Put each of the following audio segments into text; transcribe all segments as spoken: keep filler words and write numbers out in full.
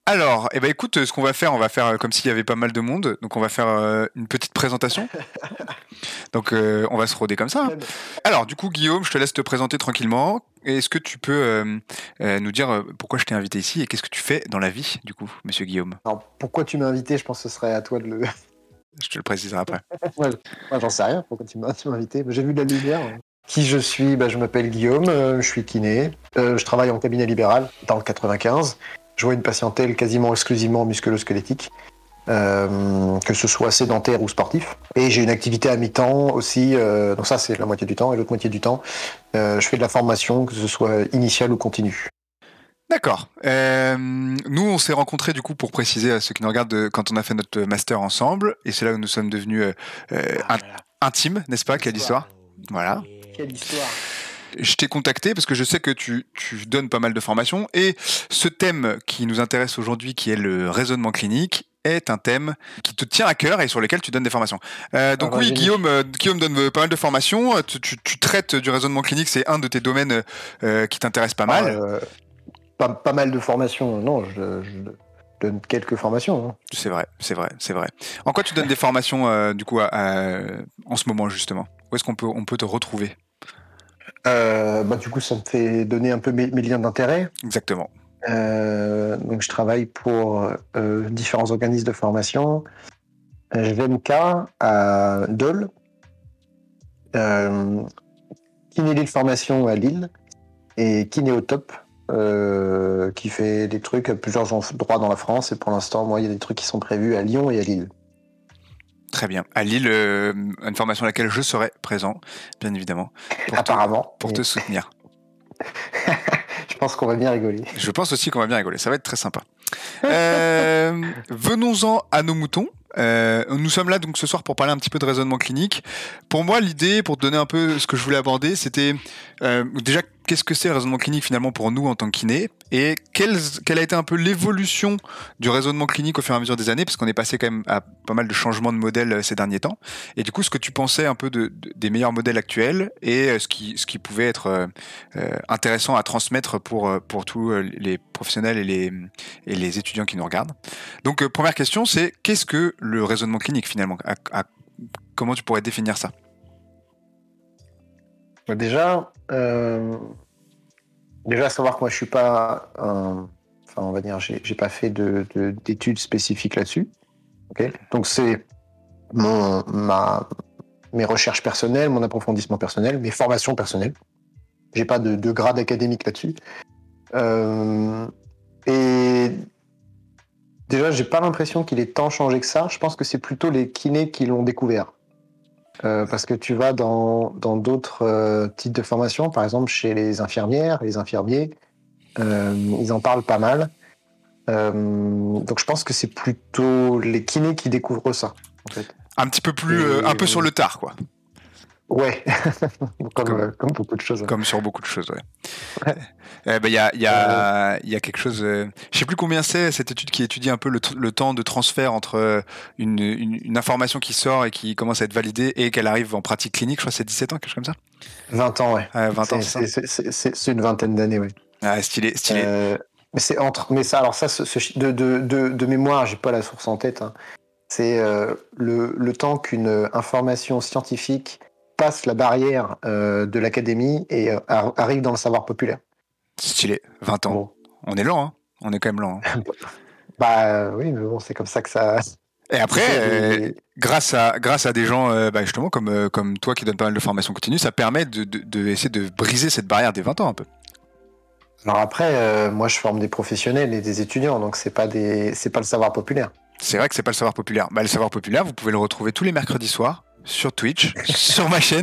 Alors, eh ben, écoute, ce qu'on va faire, on va faire euh, comme s'il y avait pas mal de monde. Donc, on va faire euh, une petite présentation. Donc, euh, on va se roder comme ça. hein. Alors, du coup, Guillaume, je te laisse te présenter tranquillement. Est-ce que tu peux euh, euh, nous dire euh, pourquoi je t'ai invité ici et qu'est-ce que tu fais dans la vie, du coup, monsieur Guillaume? Alors, pourquoi tu m'as invité? Je pense que ce serait à toi de le. Je te le préciserai après. Moi, moi, j'en sais rien. Pourquoi tu m'as tu m'as invité? J'ai vu de la lumière. Qui je suis? Bah, je m'appelle Guillaume, euh, je suis kiné. Euh, je travaille en cabinet libéral dans le quatre-vingt-quinze. Je vois une patientèle quasiment exclusivement musculo-squelettique, euh, que ce soit sédentaire ou sportif. Et j'ai une activité à mi-temps aussi, euh, donc ça c'est la moitié du temps, et l'autre moitié du temps, euh, je fais de la formation, que ce soit initiale ou continue. D'accord. Euh, nous, on s'est rencontrés du coup pour préciser à ceux qui nous regardent de- quand on a fait notre master ensemble, et c'est là où nous sommes devenus euh, euh, Ah in- là là. intimes, n'est-ce pas? Quelle histoire? Voilà. Quelle histoire! Je t'ai contacté parce que je sais que tu, tu donnes pas mal de formations et ce thème qui nous intéresse aujourd'hui, qui est le raisonnement clinique, est un thème qui te tient à cœur et sur lequel tu donnes des formations. Euh, donc Ah bah, oui, génie. Guillaume, euh, Guillaume donne euh, pas mal de formations. Tu, tu- tu traites du raisonnement clinique, c'est un de tes domaines euh, qui t'intéresse pas Ah, mal. euh, pas, pas mal de formations, non, je, je donne quelques formations. hein. C'est vrai, c'est vrai, c'est vrai. En quoi tu donnes des formations euh, du coup à- à- en ce moment justement? Où est-ce qu'on peut, on peut te retrouver? Euh, bah, du coup, ça me fait donner un peu mes, mes liens d'intérêt. Exactement. Euh, donc, je travaille pour euh, différents organismes de formation. Euh, G V M K à Dole, euh, Kiné Lille Formation à Lille et Kiné au Top, euh, qui fait des trucs à plusieurs endroits dans la France. Et pour l'instant, moi, il y a des trucs qui sont prévus à Lyon et à Lille. Très bien. À Lille, euh, une formation à laquelle je serai présent, bien évidemment, pour te, Apparemment. pour Et te soutenir. je pense qu'on va bien rigoler. Je pense aussi qu'on va bien rigoler. Ça va être très sympa. Euh, venons-en à nos moutons. Euh, nous sommes là donc ce soir pour parler un petit peu de raisonnement clinique. Pour moi, l'idée, pour te donner un peu ce que je voulais aborder, c'était euh, déjà qu'est-ce que c'est le raisonnement clinique finalement pour nous en tant que kiné et quelle, quelle a été un peu l'évolution du raisonnement clinique au fur et à mesure des années, parce qu'on est passé quand même à pas mal de changements de modèles ces derniers temps. Et du coup, ce que tu pensais un peu de, de, des meilleurs modèles actuels et ce qui, ce qui pouvait être euh, euh, intéressant à transmettre pour, pour tous les professionnels et les, et les étudiants qui nous regardent. Donc, euh, première question, c'est qu'est-ce que le raisonnement clinique finalement? à, à, Comment tu pourrais définir ça? Déjà, euh, déjà à savoir que moi je suis pas, un, enfin on va dire, j'ai, j'ai pas fait de, de, d'études spécifiques là-dessus. Okay, donc c'est mon, ma, mes recherches personnelles, mon approfondissement personnel, mes formations personnelles. J'ai pas de, de grade académique là-dessus. Euh, et déjà, j'ai pas l'impression qu'il ait tant changé que ça. Je pense que c'est plutôt les kinés qui l'ont découvert. Euh, parce que tu vas dans, dans d'autres euh, types de formations, par exemple chez les infirmières, les infirmiers, euh, ils en parlent pas mal. Euh, donc je pense que c'est plutôt les kinés qui découvrent ça, en fait. Un petit peu plus, Et, euh, un peu sur le tard, quoi. Ouais, comme, Comme, euh, comme beaucoup de choses. comme sur beaucoup de choses, ouais. Ouais. Il euh, bah, y, a, y, a, y a quelque chose. Euh, je sais plus combien c'est cette étude qui étudie un peu le, le temps de transfert entre une, une, une information qui sort et qui commence à être validée et qu'elle arrive en pratique clinique. Je crois que c'est dix-sept ans, quelque chose comme ça. vingt ans, ouais. Euh, vingt ans, c'est, c'est c'est, c'est, c'est, c'est une vingtaine d'années, ouais. Ah, stylé, stylé. Euh, mais c'est entre. Mais ça, alors ça, ce, ce, de, de, de, de mémoire, j'ai pas la source en tête. Hein. C'est euh, le, le temps qu'une information scientifique passe la barrière euh, de l'académie et euh, arrive dans le savoir populaire. Stylé, vingt ans. Bon. On est lent, hein. On est quand même lent. Hein. Bah oui, mais bon, c'est comme ça que ça. Et après, tu sais, les, euh, les... grâce à grâce à des gens, euh, bah justement comme euh, comme toi qui donne pas mal de formations continues, ça permet de, de, de essayer de briser cette barrière des vingt ans un peu. Alors après, euh, moi je forme des professionnels et des étudiants, donc c'est pas des, c'est pas le savoir populaire. C'est vrai que c'est pas le savoir populaire. Bah le savoir populaire, vous pouvez le retrouver tous les mercredis soirs sur Twitch, sur ma chaîne,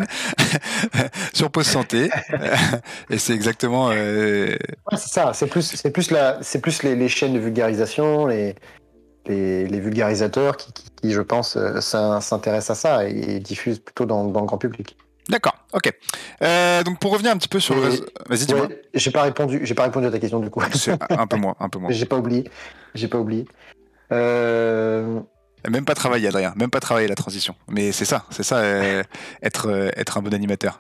sur Pause Santé, et c'est exactement. Euh... Ouais, c'est ça. C'est plus, c'est plus la, c'est plus les, les chaînes de vulgarisation, les les, les vulgarisateurs qui, qui, qui, je pense, euh, s'intéressent à ça et, et diffusent plutôt dans, dans le grand public. D'accord, ok. Euh, donc pour revenir un petit peu sur et, le réseau... Vas-y, dis-moi. Ouais, j'ai pas répondu, j'ai pas répondu à ta question du coup. un peu moins, un peu moins. J'ai pas oublié, j'ai pas oublié. Euh... Même pas travailler, Adrien, même pas travailler la transition. Mais c'est ça, c'est ça, euh, être, euh, être un bon animateur.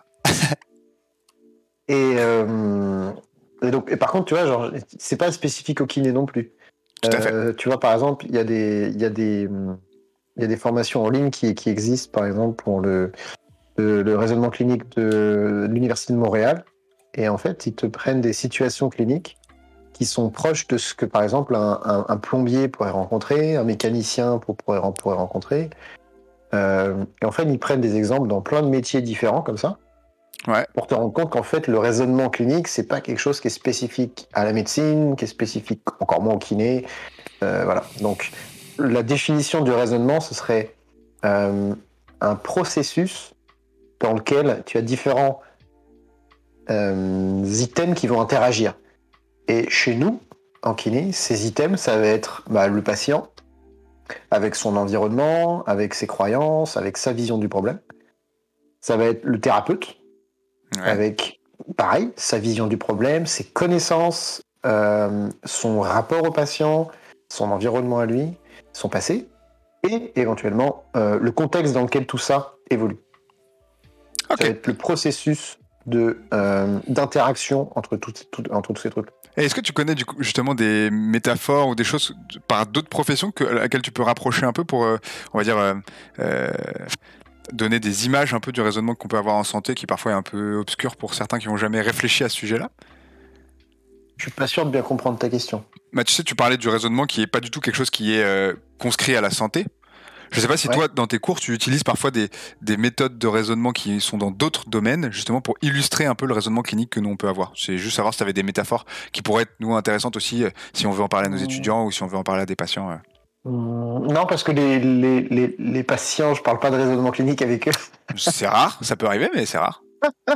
et, euh... et donc, et par contre, tu vois, genre, c'est pas spécifique au kiné non plus. Tout à fait. Euh, tu vois, par exemple, il y a des, il y a des, il y a des formations en ligne qui, qui existent, par exemple, pour le, le, le raisonnement clinique de l'Université de Montréal. Et en fait, ils te prennent des situations cliniques qui sont proches de ce que, par exemple, un, un, un plombier pourrait rencontrer, un mécanicien pour, pourrait, pourrait rencontrer. Euh, et en fait, ils prennent des exemples dans plein de métiers différents, comme ça, Ouais. pour te rendre compte qu'en fait, le raisonnement clinique, c'est pas quelque chose qui est spécifique à la médecine, qui est spécifique encore moins au kiné. Euh, voilà. Donc, la définition du raisonnement, ce serait euh, un processus dans lequel tu as différents euh, items qui vont interagir. Et chez nous, en kiné, ces items, ça va être bah, le patient, avec son environnement, avec ses croyances, avec sa vision du problème. Ça va être le thérapeute, Ouais. avec, pareil, sa vision du problème, ses connaissances, euh, son rapport au patient, son environnement à lui, son passé, et éventuellement euh, le contexte dans lequel tout ça évolue. Ok. Ça va être le processus de, euh, d'interaction entre, tout, tout, entre tous ces trucs. Et est-ce que tu connais du coup, justement des métaphores ou des choses par d'autres professions que, à laquelle tu peux rapprocher un peu pour, euh, on va dire, euh, euh, donner des images un peu du raisonnement qu'on peut avoir en santé qui parfois est un peu obscur pour certains qui n'ont jamais réfléchi à ce sujet-là? Je suis pas sûr de bien comprendre ta question. Bah, tu sais, tu parlais du raisonnement qui est pas du tout quelque chose qui est euh, conscrit à la santé. Je sais pas si Ouais. toi, dans tes cours, tu utilises parfois des, des méthodes de raisonnement qui sont dans d'autres domaines, justement pour illustrer un peu le raisonnement clinique que nous on peut avoir. C'est juste savoir si tu avais des métaphores qui pourraient être, nous, intéressantes aussi, euh, si on veut en parler à nos Mmh. étudiants ou si on veut en parler à des patients. euh. Mmh, non, parce que les, les, les, les patients, je parle pas de raisonnement clinique avec eux. C'est rare, ça peut arriver, mais c'est rare.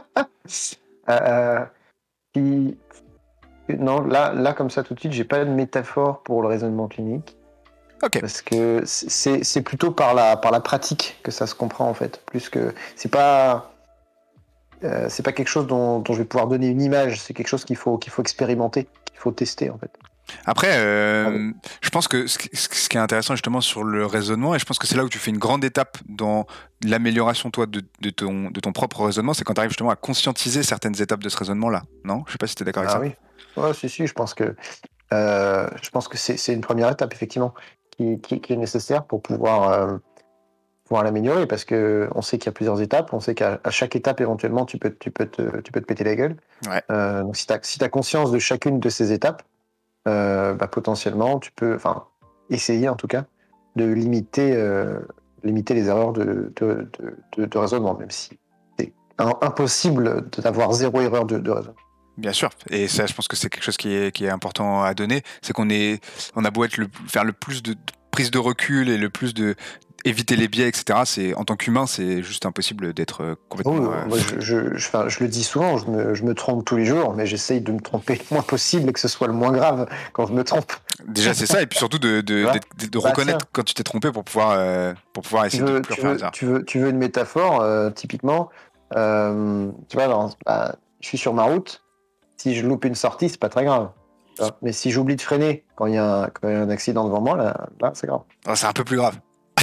Euh, qui- Non, là, là, comme ça, tout de suite, j'ai pas de métaphore pour le raisonnement clinique. Ok. Parce que c'est c'est plutôt par la, par la pratique que ça se comprend, en fait. Plus que. C'est pas. Euh, c'est pas quelque chose dont, dont je vais pouvoir donner une image. C'est quelque chose qu'il faut, qu'il faut expérimenter, qu'il faut tester, en fait. Après, euh, Ah oui. je pense que ce qui, ce qui est intéressant justement sur le raisonnement, et je pense que c'est là où tu fais une grande étape dans l'amélioration toi de, de, ton, de ton propre raisonnement, c'est quand tu arrives justement à conscientiser certaines étapes de ce raisonnement-là. Non? Je sais pas si tu es d'accord avec Ah ça. oui. Ouais, si, si, je pense que. Euh, je pense que c'est c'est une première étape, effectivement, qui, qui, qui est nécessaire pour pouvoir, euh, pouvoir l'améliorer, parce que on sait qu'il y a plusieurs étapes, on sait qu'à à chaque étape, éventuellement, tu peux, tu peux, te, tu peux te péter la gueule. Ouais. Euh, donc, si tu as, si t'as conscience de chacune de ces étapes, euh, bah, potentiellement, tu peux, enfin, essayer en tout cas, de limiter, euh, limiter les erreurs de, de, de, de, de raisonnement, même si c'est un- impossible d'avoir zéro erreur de, de raisonnement. Bien sûr, et ça, je pense que c'est quelque chose qui est, qui est important à donner, c'est qu'on est, on a beau être le, faire le plus de, de prise de recul et le plus de éviter les biais, et cetera. C'est en tant qu'humain, c'est juste impossible d'être euh, complètement. Oh, euh, moi, je, je, je, enfin, je le dis souvent, je me, je me trompe tous les jours, mais j'essaye de me tromper le moins possible et que ce soit le moins grave quand je me trompe. Déjà, c'est ça, et puis surtout de, de, Voilà. de, de Bah, reconnaître tiens, quand tu t'es trompé pour pouvoir, euh, pour pouvoir tu essayer de veux, plus tu refaire veux, ça. tu veux, tu veux une métaphore, euh, typiquement, euh, tu vois, dans- bah, je suis sur ma route, si je loupe une sortie, c'est pas très grave. Tu vois. Mais si j'oublie de freiner quand il y, a un- quand il y a un accident devant moi, là, là c'est grave. Ah, c'est un peu plus grave.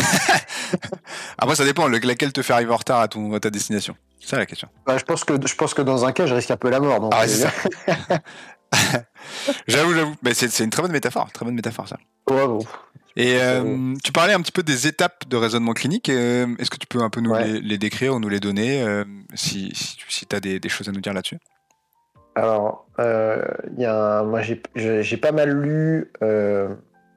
Après, ça dépend, le- laquelle te fait arriver en retard à, ton, à ta destination. C'est ça la question. Bah, je, pense que, je pense que dans un cas, je risque un peu la mort. Donc, Ah ouais, euh, c'est ça. J'avoue, j'avoue. Mais c'est c'est une très bonne métaphore, très bonne métaphore ça. ouais, bon. Et Ça, euh, tu parlais un petit peu des étapes de raisonnement clinique. euh, Est-ce que tu peux un peu nous ouais. les, les décrire ou nous les donner euh, si, si, si tu as des, des choses à nous dire là-dessus? Alors, euh, il y a un- moi, j'ai j'ai- j'ai pas mal lu. Euh,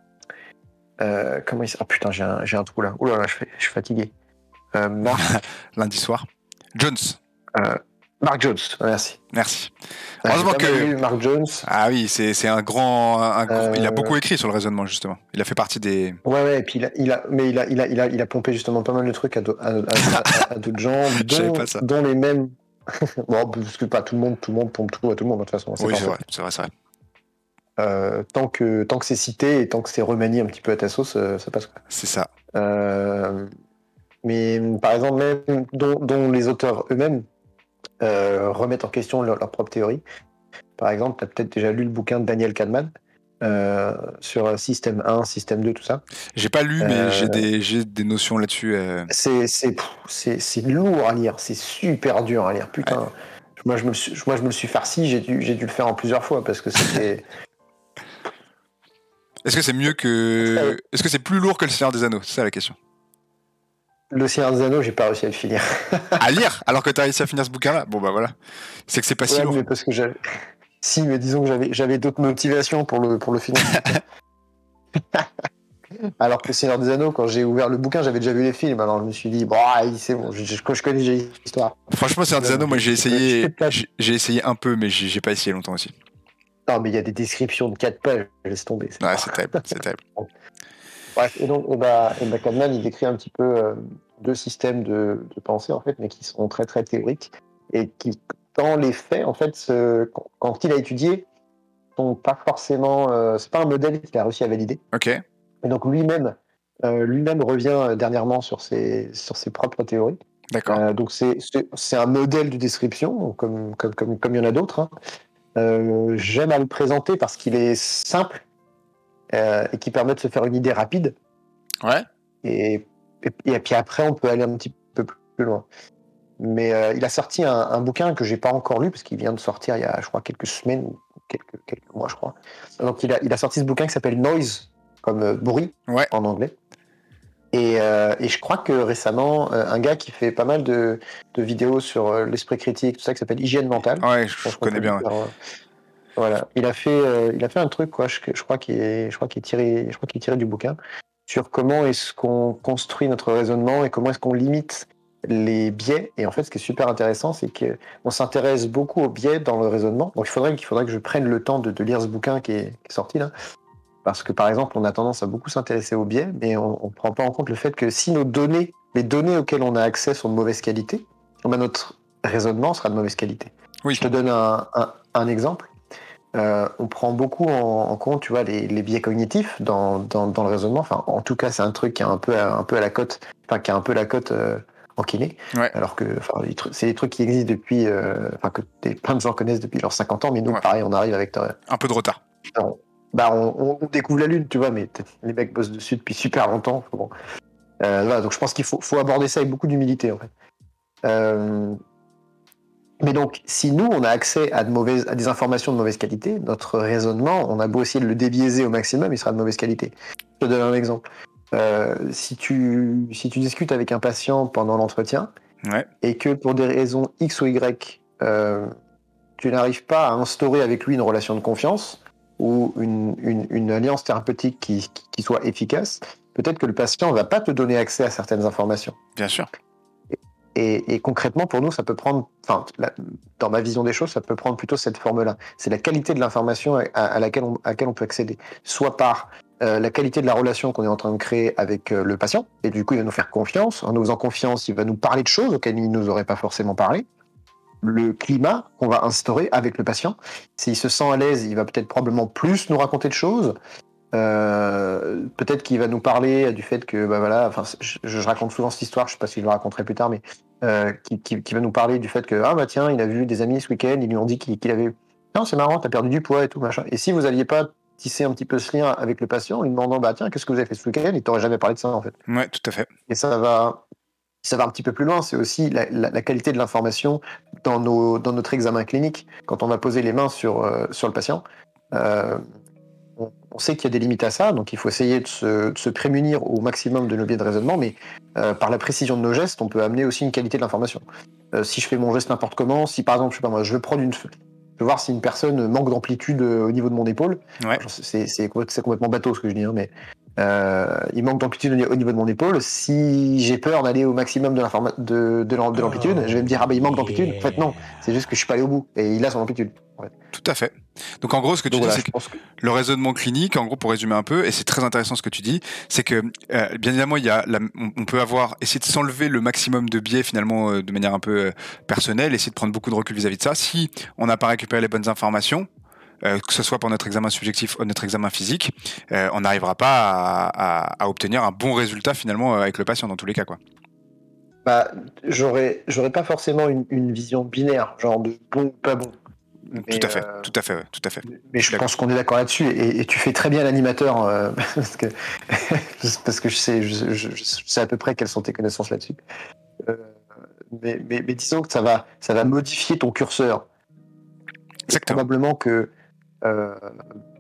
euh, comment il s'appelle? Ah putain, j'ai un, j'ai un trou là. Ouh là là, je, fais- je suis fatigué. Euh, Mark, Lundi soir. Jones. euh, Mark Jones, merci. Merci. Euh, j'ai Heureusement pas mal que. lu Mark Jones. Ah oui, c'est c'est un grand, un grand- Il a beaucoup Euh, écrit sur le raisonnement justement. Il a fait partie des. ouais, ouais, et puis il a, il a, mais il a, il a, il a, il a pompé justement pas mal de trucs à, do- à, à- à- à d'autres gens, Je savais dont, pas ça. dont les mêmes. Bon, parce que pas tout le monde, tout le monde pompe tout à tout le monde de toute façon. C'est Oui, pas c'est vrai. vrai, c'est vrai, c'est vrai. Euh, tant que, tant que c'est cité et tant que c'est remanié un petit peu à ta sauce, euh, ça passe. C'est ça. Euh, mais par exemple, même dont, dont les auteurs eux-mêmes euh, remettent en question leur, leur propre théorie. Par exemple, tu as peut-être déjà lu le bouquin de Daniel Kahneman euh, sur système un, système deux, tout ça. J'ai pas lu, mais Euh, j'ai des, j'ai des notions là-dessus. euh, c'est, c'est, pff, c'est, c'est lourd à lire, c'est super dur à lire. Putain, ouais. moi je me le suis, moi, je me le suis farci, j'ai dû, j'ai dû le faire en plusieurs fois parce que c'était. Est-ce que c'est mieux que... Est-ce que c'est plus lourd que le Seigneur des Anneaux? C'est ça la question. Le Seigneur des Anneaux, j'ai pas réussi à le finir. À lire? Alors que t'as réussi à finir ce bouquin-là? Bon bah voilà. C'est que c'est pas si Ouais, lourd. mais parce que j'avais... Si, mais disons que j'avais, j'avais d'autres motivations pour le, pour le finir. Alors que le Seigneur des Anneaux, quand j'ai ouvert le bouquin, j'avais déjà vu les films. Alors je me suis dit, bon, ah, c'est bon, je, je, je connais déjà l'histoire. Franchement, Seigneur des Anneaux, moi j'ai Je peux- je essayé, peux pas- j'ai j'ai essayé un peu, mais j'ai j'ai pas essayé longtemps aussi. Non, mais il y a des descriptions de quatre pages, laisse tomber. C'est Ouais, pas- c'est terrible, c'est terrible. Bref, et donc, et bah, et bah, Kahneman, il décrit un petit peu euh, deux systèmes de, de pensée, en fait, mais qui sont très, très théoriques et qui, dans les faits, en fait, se- quand, quand il a étudié, sont pas forcément. Euh, c'est pas un modèle qu'il a réussi à valider. Ok, Et donc, lui-même, euh, lui-même revient dernièrement sur ses, sur ses propres théories. d'accord. Euh, donc, c'est, c'est, c'est un modèle de description, comme, comme, comme, comme il y en a d'autres. Hein. Euh, j'aime à le présenter parce qu'il est simple euh, et qui permet de se faire une idée rapide. Ouais, Et, et, et puis après, on peut aller un petit peu plus loin. Mais euh, il a sorti un, un bouquin que j'ai pas encore lu parce qu'il vient de sortir il y a, je crois, quelques semaines ou quelques, quelques mois, je crois. Donc il a, il a sorti ce bouquin qui s'appelle Noise, comme euh, bruit ouais, en anglais. Et, euh, et je crois que récemment, euh, un gars qui fait pas mal de, de vidéos sur euh, l'esprit critique, tout ça, qui s'appelle Hygiène mentale. ouais, Je je pense qu'on connais peut bien. le Ouais. faire, euh, voilà, il a fait, euh, il a fait un truc quoi. Je, je crois qu'il est, je crois qu'il est tiré, je crois qu'il est tiré du bouquin sur comment est-ce qu'on construit notre raisonnement et comment est-ce qu'on limite les biais. Et en fait, ce qui est super intéressant, c'est que on s'intéresse beaucoup aux biais dans le raisonnement. Donc, il faudrait qu'il faudrait que je prenne le temps de, de lire ce bouquin qui est, qui est sorti là, parce que par exemple, on a tendance à beaucoup s'intéresser aux biais, mais on ne prend pas en compte le fait que si nos données, les données auxquelles on a accès sont de mauvaise qualité, ben notre raisonnement sera de mauvaise qualité. Oui, Je te donne un, un, un exemple. Euh, on prend beaucoup en, en compte, tu vois, les, les biais cognitifs dans, dans, dans le raisonnement. Enfin, en tout cas, c'est un truc qui est un peu, à, un peu à la cote, enfin, qui a un peu la cote euh, en kiné. ouais, Alors que, enfin, les trucs- c'est des trucs qui existent depuis, euh, enfin, que des, plein de gens connaissent depuis genre cinquante ans, mais nous, ouais. pareil, on arrive avec. euh, Un peu de retard. on, bah, on, on découvre la Lune, tu vois, mais les mecs bossent dessus depuis super longtemps. Bon. Euh, voilà, donc je pense qu'il faut, faut aborder ça avec beaucoup d'humilité, en fait. Euh, Mais donc, si nous, on a accès à, de mauvaises, à des informations de mauvaise qualité, notre raisonnement, on a beau essayer de le débiaiser au maximum, il sera de mauvaise qualité. Je te donne un exemple. Euh, si, tu, si tu discutes avec un patient pendant l'entretien, Ouais, et que pour des raisons X ou Y, euh, tu n'arrives pas à instaurer avec lui une relation de confiance ou une, une, une alliance thérapeutique qui, qui soit efficace, peut-être que le patient ne va pas te donner accès à certaines informations. bien sûr. Et, et concrètement, pour nous, ça peut prendre, enfin, la- dans ma vision des choses, ça peut prendre plutôt cette forme-là. C'est la qualité de l'information à, à laquelle on, à laquelle on peut accéder, soit par euh, la qualité de la relation qu'on est en train de créer avec euh, le patient, et du coup, il va nous faire confiance. En nous faisant confiance, il va nous parler de choses auxquelles il ne nous aurait pas forcément parlé. Le climat qu'on va instaurer avec le patient, s'il se sent à l'aise, il va peut-être probablement plus nous raconter de choses. Euh, peut-être qu'il va nous parler du fait que, bah voilà, enfin, je, je raconte souvent cette histoire, je sais pas si je le raconterai plus tard, mais euh, qui, qui, qui va nous parler du fait que, ah bah tiens, il a vu des amis ce week-end, ils lui ont dit qu'il qu'il avait, non, c'est marrant, t'as perdu du poids et tout, machin. Et si vous alliez pas tisser un petit peu ce lien avec le patient, en lui demandant, bah tiens, qu'est-ce que vous avez fait ce week-end, il t'aurait jamais parlé de ça, en fait. Ouais, tout à fait. Et ça va, ça va un petit peu plus loin, c'est aussi la, la, la qualité de l'information dans, nos, dans notre examen clinique, quand on va poser les mains sur, euh, sur le patient. Euh, on, on sait qu'il y a des limites à ça, donc il faut essayer de se, de se prémunir au maximum de nos biais de raisonnement, mais euh, par la précision de nos gestes, on peut amener aussi une qualité de l'information. Euh, si je fais mon geste n'importe comment, si par exemple, je sais pas moi, je veux prendre une, je veux voir si une personne manque d'amplitude euh, au niveau de mon épaule, Ouais, alors, c'est, c'est, c'est complètement bateau ce que je dis, hein, mais euh, il manque d'amplitude au niveau de mon épaule. Si j'ai peur d'aller au maximum de, l'informa- de, de, l'am- de l'amplitude, Oh, je vais me dire ah bah il manque d'amplitude. yeah. En fait non, c'est juste que je suis pas allé au bout et il a son amplitude. En fait. tout à fait. Donc en gros, ce que tu Donc dis, voilà, c'est je que pense que le raisonnement clinique, en gros, pour résumer un peu, et c'est très intéressant ce que tu dis, c'est que euh, bien évidemment, il y a la- on, on peut avoir essayer de s'enlever le maximum de biais finalement euh, de manière un peu euh, personnelle, essayer de prendre beaucoup de recul vis-à-vis de ça. Si on n'a pas récupéré les bonnes informations, euh, que ce soit pour notre examen subjectif ou notre examen physique, euh, on n'arrivera pas à, à, à obtenir un bon résultat finalement euh, avec le patient dans tous les cas, quoi. bah, j'aurais, j'aurais pas forcément une, une vision binaire, genre de bon ou pas bon. Mais, Tout à fait, euh, tout à fait, ouais, tout à fait. mais Je suis je pense qu'on est d'accord là-dessus et, et tu fais très bien l'animateur euh, parce que parce que je sais, je, je- je sais à peu près quelles sont tes connaissances là-dessus. Euh, mais, mais, mais disons que ça va, ça va modifier ton curseur. Et Exactement. probablement que euh,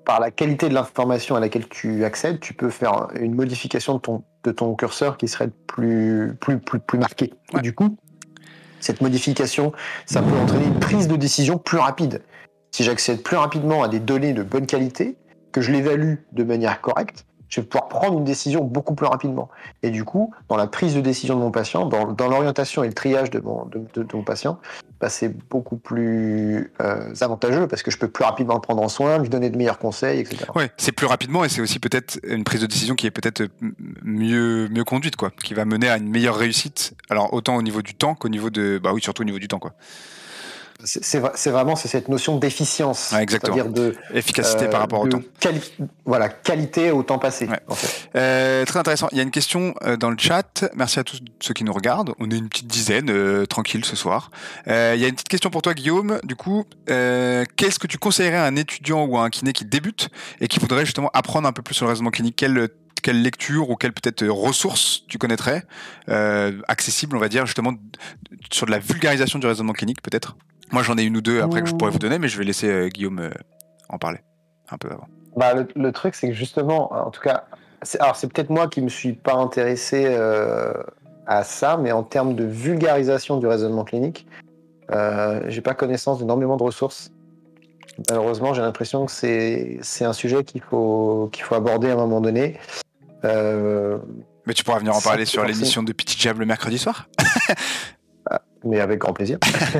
par la qualité de l'information à laquelle tu accèdes, tu peux faire une modification de ton, de ton curseur qui serait plus, plus, plus, plus marquée. Ouais. Et du coup, cette modification, ça peut entraîner une prise de décision plus rapide. Si j'accède plus rapidement à des données de bonne qualité, que je l'évalue de manière correcte, je vais pouvoir prendre une décision beaucoup plus rapidement. Et du coup, dans la prise de décision de mon patient, dans, dans l'orientation et le triage de mon, de, de, de mon patient, bah, c'est beaucoup plus euh, avantageux parce que je peux plus rapidement le prendre en soin, lui donner de meilleurs conseils, et cetera. Ouais, c'est plus rapidement et c'est aussi peut-être une prise de décision qui est peut-être mieux, mieux conduite, quoi, qui va mener à une meilleure réussite. Alors autant au niveau du temps qu'au niveau de, bah oui, surtout au niveau du temps, quoi. C'est, c'est, c'est vraiment c'est cette notion d'efficience, ouais, exactement. C'est-à-dire de efficacité euh, par rapport de au temps. Quali- voilà, qualité au temps passé. Ouais. En fait. euh, très intéressant. Il y a une question euh, dans le chat. Merci à tous ceux qui nous regardent. On est une petite dizaine, euh, tranquille ce soir. Euh, il y a une petite question pour toi, Guillaume. Du coup, euh, qu'est-ce que tu conseillerais à un étudiant ou à un kiné qui débute et qui voudrait justement apprendre un peu plus sur le raisonnement clinique? Quelle quelle lecture ou quelle peut-être ressources tu connaîtrais euh, accessibles, on va dire, justement sur de la vulgarisation du raisonnement clinique, peut-être? Moi, j'en ai une ou deux après que je pourrais vous donner, mais je vais laisser euh, Guillaume euh, en parler un peu avant. Bah, le, le truc, c'est que justement, en tout cas, c'est, alors c'est peut-être moi qui me suis pas intéressé euh, à ça, mais en termes de vulgarisation du raisonnement clinique, euh, j'ai pas connaissance d'énormément de ressources. Malheureusement, j'ai l'impression que c'est, c'est un sujet qu'il faut, qu'il faut aborder à un moment donné. Euh, mais tu pourras venir en parler sur forcément... l'émission de Petit Jab le mercredi soir. Mais avec grand plaisir.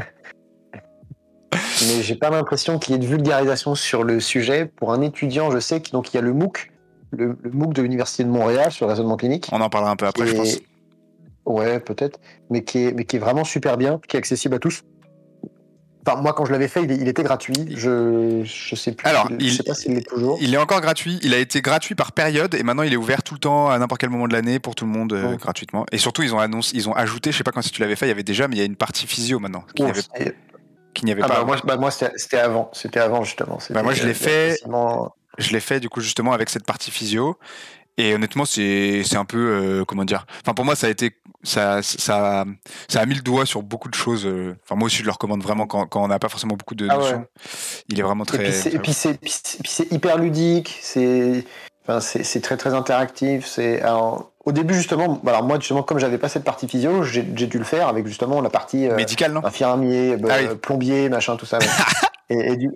Mais j'ai pas l'impression qu'il y ait de vulgarisation sur le sujet. Pour un étudiant, je sais qu'il y a le MOOC, le, le MOOC de l'Université de Montréal sur le raisonnement clinique. On en parlera un peu après, je pense. Ouais, peut-être. Mais qui, est, mais qui est vraiment super bien, qui est accessible à tous. Enfin, moi, quand je l'avais fait, il, il était gratuit. Je je sais plus. Alors, je il, sais pas s'il l'est toujours. Il est encore gratuit. Il a été gratuit par période et maintenant il est ouvert tout le temps à n'importe quel moment de l'année pour tout le monde euh, oh. gratuitement. Et surtout, ils ont annoncé, ils ont ajouté, je sais pas quand si tu l'avais fait, il y avait déjà, mais il y a une partie physio maintenant qui oh, avait, qui n'y avait ah pas. Bah moi, bah moi c'était, c'était avant. C'était avant justement. C'était bah moi, je l'ai fait. Facilement... Je l'ai fait du coup justement avec cette partie physio. Et honnêtement, c'est c'est un peu euh, comment dire. Enfin pour moi, ça a été ça ça ça a mis le doigt sur beaucoup de choses. Enfin moi aussi, je le recommande vraiment quand quand on n'a pas forcément beaucoup de notions. Ah ouais. Il est vraiment très. Et puis c'est, et puis c'est, puis c'est, puis c'est hyper ludique. C'est enfin c'est c'est très très interactif. C'est alors, au début justement. Alors moi justement comme j'avais pas cette partie physio, j'ai j'ai dû le faire avec justement la partie euh, médicale, non? Infirmier, bah, ah oui. plombier, machin, tout ça. Ouais. et, et du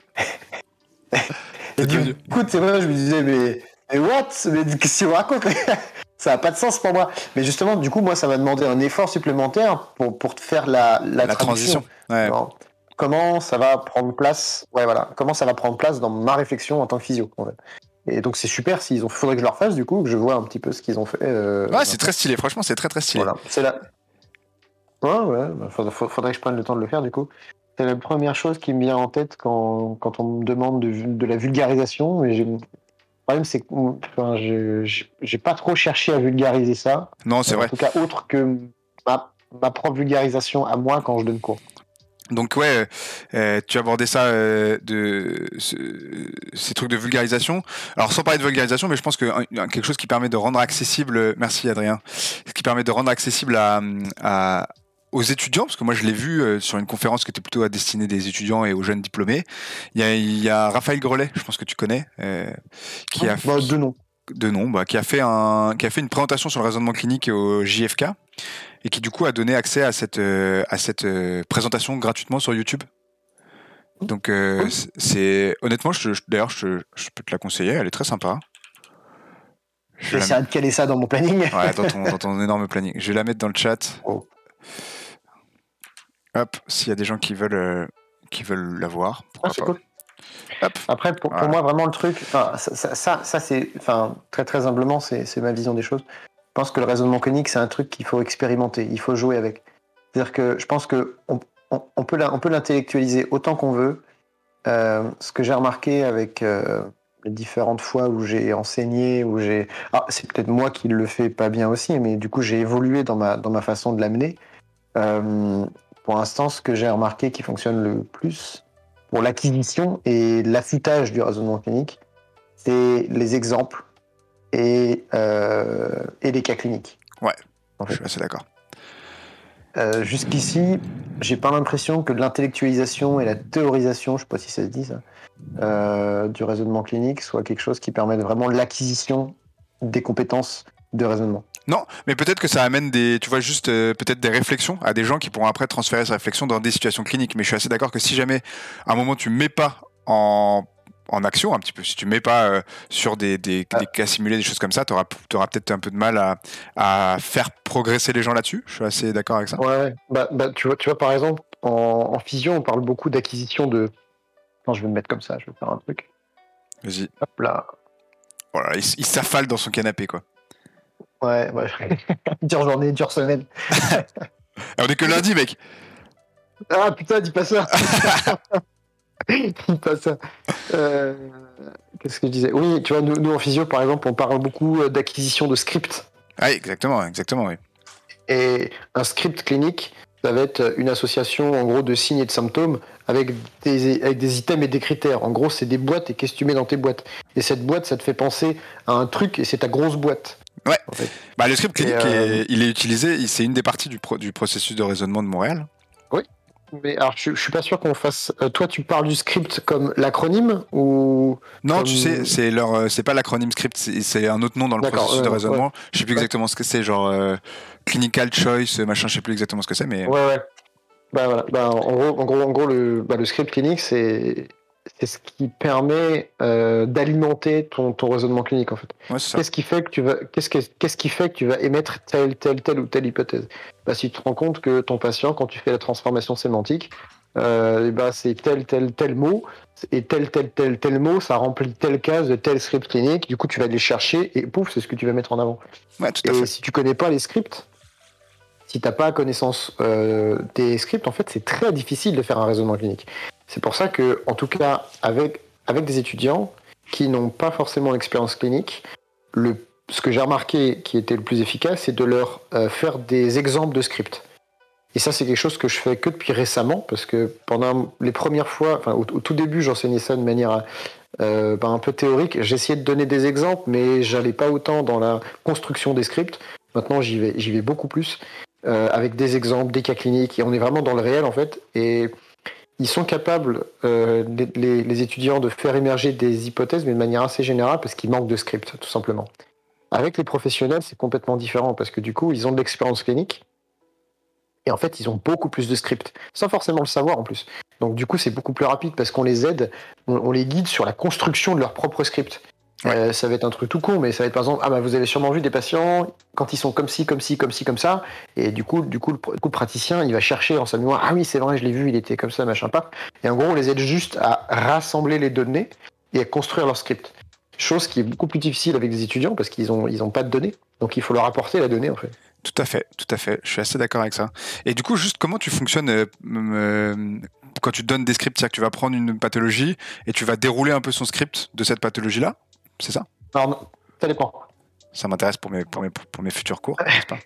et du coup c'est vrai, je me disais mais. Et what? Mais qu'est-ce que tu racontes? Ça n'a pas de sens pour moi. Mais justement, du coup, moi, ça m'a demandé un effort supplémentaire pour, pour faire la, la, la transition. Ouais. Alors, comment ça va prendre place? Ouais, voilà. Comment ça va prendre place dans ma réflexion en tant que physio, en fait. Et donc, c'est super. S'ils ont, faudrait que je leur fasse, du coup, que je vois un petit peu ce qu'ils ont fait. Euh, ouais, c'est très stylé. Franchement, c'est très, très stylé. Voilà. C'est la... Ouais, ouais. Bah, faudrait, faudrait que je prenne le temps de le faire, du coup. C'est la première chose qui me vient en tête quand, quand on me demande de, de la vulgarisation. Et j'ai... Le problème, c'est que enfin, je j'ai pas trop cherché à vulgariser ça. Non, c'est en vrai. En tout cas, autre que ma, ma propre vulgarisation à moi quand je donne cours. Donc ouais, euh, tu abordais ça euh, de ce, ces trucs de vulgarisation. Alors sans parler de vulgarisation, mais je pense que un, quelque chose qui permet de rendre accessible. Merci Adrien. Qui permet de rendre accessible à, à aux étudiants, parce que moi je l'ai vu euh, sur une conférence qui était plutôt à destinée des étudiants et aux jeunes diplômés. Il y a, il y a Raphaël Grelet, je pense que tu connais, euh, qui a bah, deux noms. De nom, bah, qui a fait un, qui a fait une présentation sur le raisonnement clinique au J F K et qui du coup a donné accès à cette, euh, à cette euh, présentation gratuitement sur YouTube. Donc euh, oui. c'est honnêtement, je, je, d'ailleurs, je, je peux te la conseiller, elle est très sympa. Je vais essayer de caler ça dans mon planning. Ouais, dans ton, dans ton énorme planning. Je vais la mettre dans le chat. Oh. Hop, s'il y a des gens qui veulent, euh, qui veulent la voir. Ah, c'est pas. Cool. Hop. Après, pour, voilà. pour moi, vraiment, le truc, ça, ça, ça, ça c'est, très très humblement, c'est, c'est ma vision des choses. Je pense que le raisonnement clinique, c'est un truc qu'il faut expérimenter, il faut jouer avec. C'est-à-dire que je pense qu'on on, on peut, on peut l'intellectualiser autant qu'on veut. Euh, ce que j'ai remarqué avec euh, les différentes fois où j'ai enseigné, où j'ai... Ah, c'est peut-être moi qui le fais pas bien aussi, mais du coup, j'ai évolué dans ma, dans ma façon de l'amener. Euh, pour l'instant, ce que j'ai remarqué qui fonctionne le plus... pour l'acquisition et l'affûtage du raisonnement clinique, c'est les exemples et, euh, et les cas cliniques. Ouais, en fait. Je suis assez d'accord. euh, jusqu'ici, j'ai pas l'impression que l'intellectualisation et la théorisation, je sais pas si ça se dit ça, euh, du raisonnement clinique soit quelque chose qui permette vraiment l'acquisition des compétences de raisonnement. Non, mais peut-être que ça amène des, tu vois, juste euh, peut-être des réflexions à des gens qui pourront après transférer ces réflexions dans des situations cliniques. Mais je suis assez d'accord que si jamais à un moment tu mets pas en, en action un petit peu, si tu mets pas euh, sur des, des, Ah. des cas simulés, des choses comme ça, tu auras peut-être un peu de mal à, à faire progresser les gens là-dessus. Je suis assez d'accord avec ça. Ouais, bah, bah, tu vois, tu vois, par exemple, en, en physio, on parle beaucoup d'acquisition de. Non, je vais me mettre comme ça, je vais faire un truc. Vas-y. Hop là. Voilà, il, il s'affale dans son canapé, quoi. Ouais, ouais. Dure journée, dure semaine. On est que lundi, mec. Ah putain, dis pas ça. Dis pas ça. Euh, Qu'est-ce que je disais? Oui, tu vois, nous, nous en physio, par exemple, on parle beaucoup d'acquisition de scripts. Ah, exactement, exactement, oui. Et un script clinique, ça va être une association en gros de signes et de symptômes avec des, avec des items et des critères. En gros, c'est des boîtes et qu'est-ce que tu mets dans tes boîtes. Et cette boîte, ça te fait penser à un truc et c'est ta grosse boîte. Ouais. En fait. Bah, le script clinique, euh... est, il est utilisé, c'est une des parties du, pro, du processus de raisonnement de Montréal. Oui. Mais alors, je, je suis pas sûr qu'on fasse. Euh, toi, tu parles du script comme l'acronyme ou Non, comme... tu sais, c'est leur, c'est pas l'acronyme script, c'est un autre nom dans le processus euh, de raisonnement. Ouais. Je sais plus exactement ce que c'est, genre euh, clinical choice, machin. Je sais plus exactement ce que c'est, mais. Ouais, ouais. Bah voilà. Bah, en gros, en gros, en gros, le, bah, le script clinique, c'est c'est ce qui permet euh, d'alimenter ton, ton raisonnement clinique en fait. Ouais, c'est ça. Qu'est-ce qui fait que tu vas, qu'est-ce que, qu'est-ce qui fait que tu vas émettre telle, telle, telle ou telle hypothèse? Bah, si tu te rends compte que ton patient, quand tu fais la transformation sémantique, euh, et bah, c'est tel, tel, tel mot, et tel, tel, tel, tel mot, ça remplit telle case de tel script clinique. Du coup, tu vas les chercher et pouf, c'est ce que tu vas mettre en avant. Ouais, tout à et fait. Si tu connais pas les scripts, si t'as pas connaissance euh, des scripts, en fait, c'est très difficile de faire un raisonnement clinique. C'est pour ça que, en tout cas, avec, avec des étudiants qui n'ont pas forcément l'expérience clinique, le, ce que j'ai remarqué qui était le plus efficace, c'est de leur euh, faire des exemples de scripts. Et ça, c'est quelque chose que je fais que depuis récemment, parce que pendant les premières fois, enfin, au, au tout début, j'enseignais ça de manière euh, ben, un peu théorique. J'essayais de donner des exemples, mais j'allais pas autant dans la construction des scripts. Maintenant, j'y vais, j'y vais beaucoup plus. Euh, avec des exemples, des cas cliniques, et on est vraiment dans le réel en fait. Et ils sont capables, euh, les, les, les étudiants, de faire émerger des hypothèses, mais de manière assez générale, parce qu'ils manquent de script, tout simplement. Avec les professionnels, c'est complètement différent, parce que du coup, ils ont de l'expérience clinique, et en fait, ils ont beaucoup plus de script, sans forcément le savoir en plus. Donc du coup, c'est beaucoup plus rapide, parce qu'on les aide, on, on les guide sur la construction de leur propre script. Ouais. Euh, ça va être un truc tout con, mais ça va être par exemple, ah bah vous avez sûrement vu des patients quand ils sont comme ci, comme ci, comme ci, comme ça, et du coup, du coup, le, le praticien, il va chercher en sa mémoire, ah oui, c'est vrai, je l'ai vu, il était comme ça, machin pas. Et en gros, on les aide juste à rassembler les données et à construire leur script. Chose qui est beaucoup plus difficile avec des étudiants parce qu'ils ont, ils ont pas de données, donc il faut leur apporter la donnée en fait. Tout à fait, tout à fait. Je suis assez d'accord avec ça. Et du coup, juste comment tu fonctionnes euh, euh, quand tu donnes des scripts, c'est-à-dire que tu vas prendre une pathologie et tu vas dérouler un peu son script de cette pathologie-là, c'est ça? Alors, non, ça dépend. Ça m'intéresse pour mes, pour mes, pour mes futurs cours, n'est-ce pas?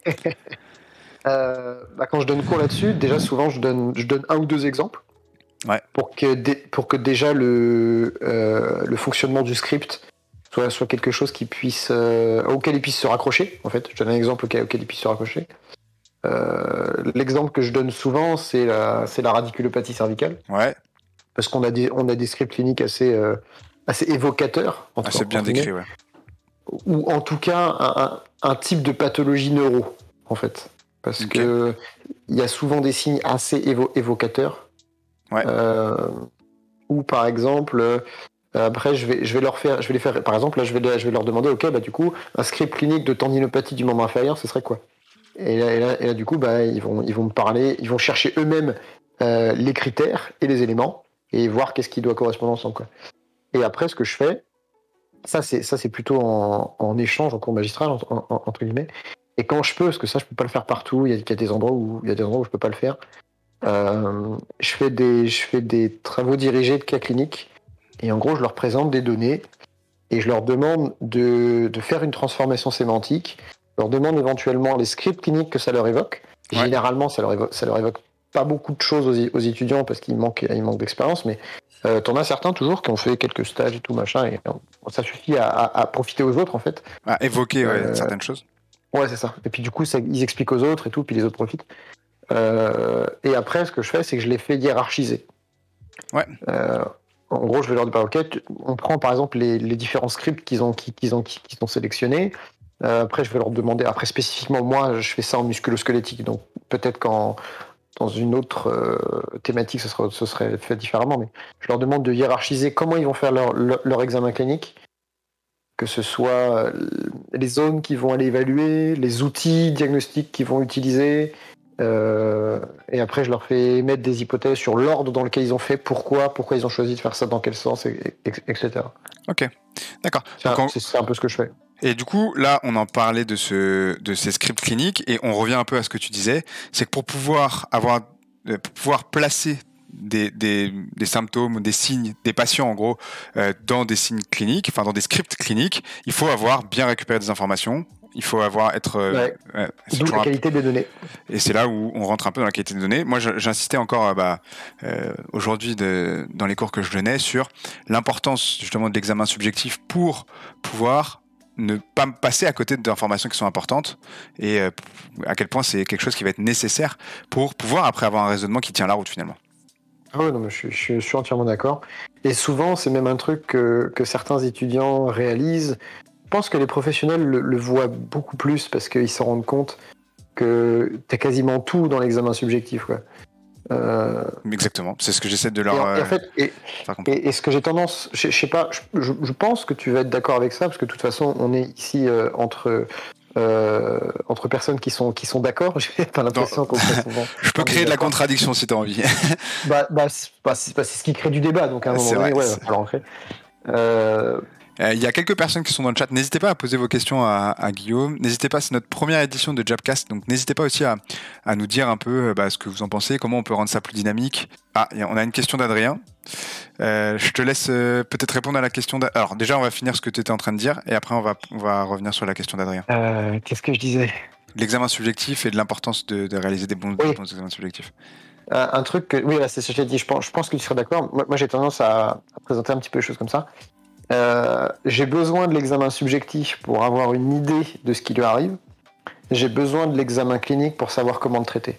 euh, bah, quand je donne cours là-dessus, déjà souvent je donne, je donne un ou deux exemples. Ouais. Pour que, dé, pour que déjà le, euh, le fonctionnement du script soit, soit quelque chose qui puisse, euh, auquel il puisse se raccrocher. En fait, je donne un exemple auquel, auquel il puisse se raccrocher. Euh, l'exemple que je donne souvent, c'est la, c'est la radiculopathie cervicale. Ouais. Parce qu'on a des, on a des scripts cliniques assez, euh, assez évocateurs. Ah, c'est bien décrit, ouais. Ou en tout cas, un, un, un type de pathologie neuro, en fait. Parce okay. que il y a souvent des signes assez évo- évocateurs. Ouais. Euh, ou par exemple, euh, après, je vais, je vais leur faire, je vais les faire, par exemple, là, je vais, je vais leur demander, ok, bah du coup, un script clinique de tendinopathie du membre inférieur, ce serait quoi? Et là, et là, et là, du coup, bah, ils vont, ils vont me parler, ils vont chercher eux-mêmes euh, les critères et les éléments et voir qu'est-ce qui doit correspondre ensemble, quoi. Et après, ce que je fais, ça, c'est, ça, c'est plutôt en, en échange, en cours magistral, en, en, entre guillemets. Et quand je peux, parce que ça, je peux pas le faire partout. Il y a, il y a des endroits où, il y a des endroits où je peux pas le faire. Euh, je fais des, je fais des travaux dirigés de cas cliniques. Et en gros, je leur présente des données et je leur demande de, de faire une transformation sémantique. Je leur demande éventuellement les scripts cliniques que ça leur évoque. Ouais. Généralement, ça leur évoque, ça leur évoque pas beaucoup de choses aux, aux étudiants parce qu'ils manquent, ils manquent d'expérience, mais euh, t'en as certains toujours qui ont fait quelques stages et tout machin, et euh, ça suffit à, à, à profiter aux autres en fait. À évoquer ouais, euh, certaines choses. Ouais, c'est ça. Et puis du coup, ça, ils expliquent aux autres et tout, puis les autres profitent. Euh, et après, ce que je fais, c'est que je les fais hiérarchiser. Ouais. Euh, en gros, je vais leur dire, ok, on prend par exemple les, les différents scripts qu'ils ont, qu'ils ont, qu'ils ont sélectionnés. Euh, après, je vais leur demander, après spécifiquement, moi, je fais ça en musculo-squelettique, donc peut-être qu'en dans une autre euh, thématique, ce serait, ce serait fait différemment, mais je leur demande de hiérarchiser comment ils vont faire leur, leur, leur examen clinique, que ce soit les zones qu'ils vont aller évaluer, les outils diagnostiques qu'ils vont utiliser, euh, et après je leur fais émettre des hypothèses sur l'ordre dans lequel ils ont fait, pourquoi, pourquoi ils ont choisi de faire ça, dans quel sens, et, et, et cetera. Ok, d'accord. C'est un, en... c'est un peu ce que je fais. Et du coup, là, on en parlait de, ce, de ces scripts cliniques et on revient un peu à ce que tu disais, c'est que pour pouvoir avoir, pour pouvoir placer des, des, des symptômes, des signes, des patients en gros, euh, dans des signes cliniques, enfin dans des scripts cliniques, il faut avoir bien récupéré des informations. Il faut avoir être. Euh, ouais. euh, D'où la qualité peu... des données. Et c'est là où on rentre un peu dans la qualité des données. Moi, j'insistais encore bah, euh, aujourd'hui de, dans les cours que je donnais sur l'importance justement de l'examen subjectif pour pouvoir ne pas me passer à côté d'informations qui sont importantes et euh, à quel point c'est quelque chose qui va être nécessaire pour pouvoir après avoir un raisonnement qui tient la route finalement. Ah ouais, non, mais je, je, je suis entièrement d'accord. Et souvent, c'est même un truc que, que certains étudiants réalisent. Je pense que les professionnels le, le voient beaucoup plus parce qu'ils se rendent compte que tu as quasiment tout dans l'examen subjectif. Quoi. Euh... Exactement, c'est ce que j'essaie de leur et en, et en fait, et, et, et ce que j'ai tendance, je, je sais pas, je, je pense que tu vas être d'accord avec ça parce que de toute façon, on est ici euh, entre euh, entre personnes qui sont qui sont d'accord. J'ai pas l'impression qu'on fait souvent. Je peux créer de la contradiction si tu as envie. bah, bah, c'est, bah, c'est, bah, c'est ce qui crée du débat, donc à un moment c'est donné, vrai, ouais, il va falloir en créer. Euh... Il euh, y a quelques personnes qui sont dans le chat. N'hésitez pas à poser vos questions à, à Guillaume. N'hésitez pas, c'est notre première édition de Jabcast, donc n'hésitez pas aussi à, à nous dire un peu bah, ce que vous en pensez, comment on peut rendre ça plus dynamique. Ah, a, on a une question d'Adrien. Euh, je te laisse euh, peut-être répondre à la question d'Adrien. Alors déjà, on va finir ce que tu étais en train de dire, et après, on va, on va revenir sur la question d'Adrien. Euh, qu'est-ce que je disais ? L'examen subjectif et de l'importance de, de réaliser des bons, oui. bons examens subjectifs. Euh, un truc que, oui, là, c'est ce que j'ai dit. Je pense, je pense que tu serais d'accord. Moi, moi, j'ai tendance à, à présenter un petit peu les choses comme ça. Euh, j'ai besoin de l'examen subjectif pour avoir une idée de ce qui lui arrive. J'ai besoin de l'examen clinique pour savoir comment le traiter.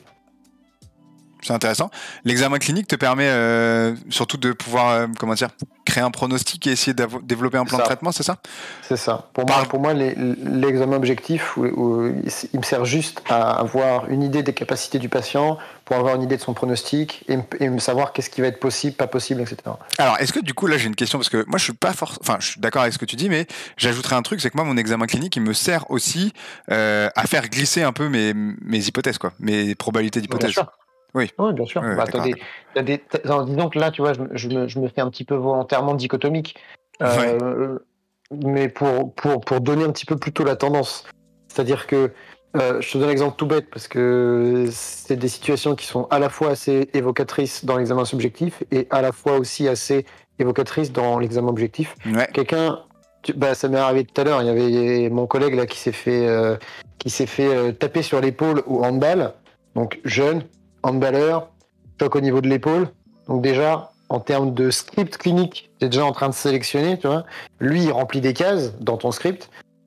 C'est intéressant. L'examen clinique te permet euh, surtout de pouvoir, euh, comment dire, créer un pronostic et essayer de développer un plan de traitement, c'est ça ? C'est ça. Pour Par... moi, pour moi les, l'examen objectif, où, où, il me sert juste à avoir une idée des capacités du patient, pour avoir une idée de son pronostic et, et savoir qu'est-ce qui va être possible, pas possible, et cetera. Alors, est-ce que du coup, là, j'ai une question parce que moi, je suis pas fort, enfin, je suis d'accord avec ce que tu dis, mais j'ajouterais un truc, c'est que moi, mon examen clinique, il me sert aussi euh, à faire glisser un peu mes, mes hypothèses, quoi, mes probabilités d'hypothèses. Bien sûr. Oui. oui, bien sûr. Oui, bah, t'as des, t'as des, t'as, disons que là, tu vois, je, je, me, je me fais un petit peu volontairement dichotomique, euh, ouais. mais pour, pour, pour donner un petit peu plutôt la tendance. C'est-à-dire que, euh, je te donne un exemple tout bête, parce que c'est des situations qui sont à la fois assez évocatrices dans l'examen subjectif et à la fois aussi assez évocatrices dans l'examen objectif. Ouais. Quelqu'un, tu, bah, ça m'est arrivé tout à l'heure, il y avait mon collègue là qui s'est fait, euh, qui s'est fait euh, taper sur l'épaule au handball, donc jeune, handballeur, choc au niveau de l'épaule. Donc déjà, en termes de script clinique, tu es déjà en train de sélectionner, tu vois. Lui, il remplit des cases dans ton script.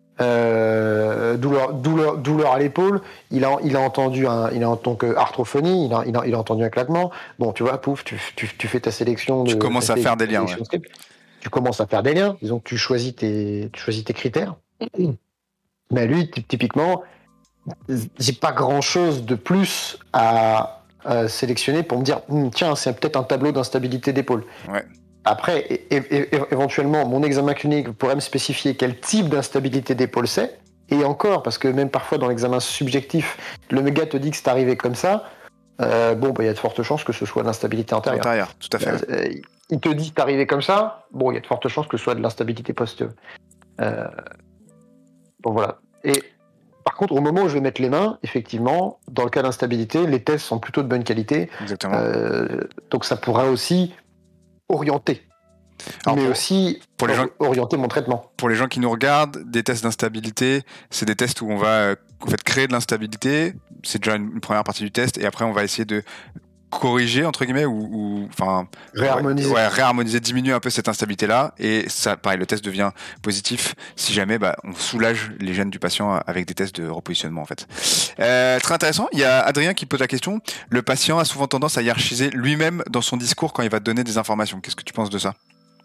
Euh, douleur, douleur, douleur à l'épaule. Il a, il a entendu un, il a donc arthrophonie. Il a, il a, il a entendu un claquement. Bon, tu vois, pouf, tu, tu, tu fais ta sélection. De, tu commences à faire des liens. Ouais. Tu commences à faire des liens. Disons que tu choisis tes, tu choisis tes critères. Mais lui, typiquement, j'ai pas grand chose de plus à Euh, sélectionner pour me dire hm, tiens, c'est peut-être un tableau d'instabilité d'épaule. Ouais. Après, é- é- é- éventuellement, mon examen clinique pourrait me spécifier quel type d'instabilité d'épaule c'est. Et encore, parce que même parfois dans l'examen subjectif, le gars te dit que c'est arrivé comme ça. Euh, bon, il bah, y a de fortes chances que ce soit de l'instabilité antérieure. Antérieure, tout à fait. Euh, il te dit que c'est arrivé comme ça. Bon, il y a de fortes chances que ce soit de l'instabilité postérieure. Euh... Bon, voilà. Et par contre, au moment où je vais mettre les mains, effectivement, dans le cas d'instabilité, les tests sont plutôt de bonne qualité. Exactement. Euh, donc ça pourra aussi orienter. Alors mais pour, aussi pour les gens, orienter mon traitement. Pour les gens qui nous regardent, des tests d'instabilité, c'est des tests où on va en fait, créer de l'instabilité. C'est déjà une, une première partie du test. Et après, on va essayer de corriger entre guillemets ou enfin réharmoniser. Ouais, ouais, réharmoniser, diminuer un peu cette instabilité là et ça pareil le test devient positif si jamais bah, on soulage les gènes du patient avec des tests de repositionnement en fait. Euh, très intéressant, il y a Adrien qui pose la question, le patient a souvent tendance à hiérarchiser lui-même dans son discours quand il va te donner des informations. Qu'est-ce que tu penses de ça?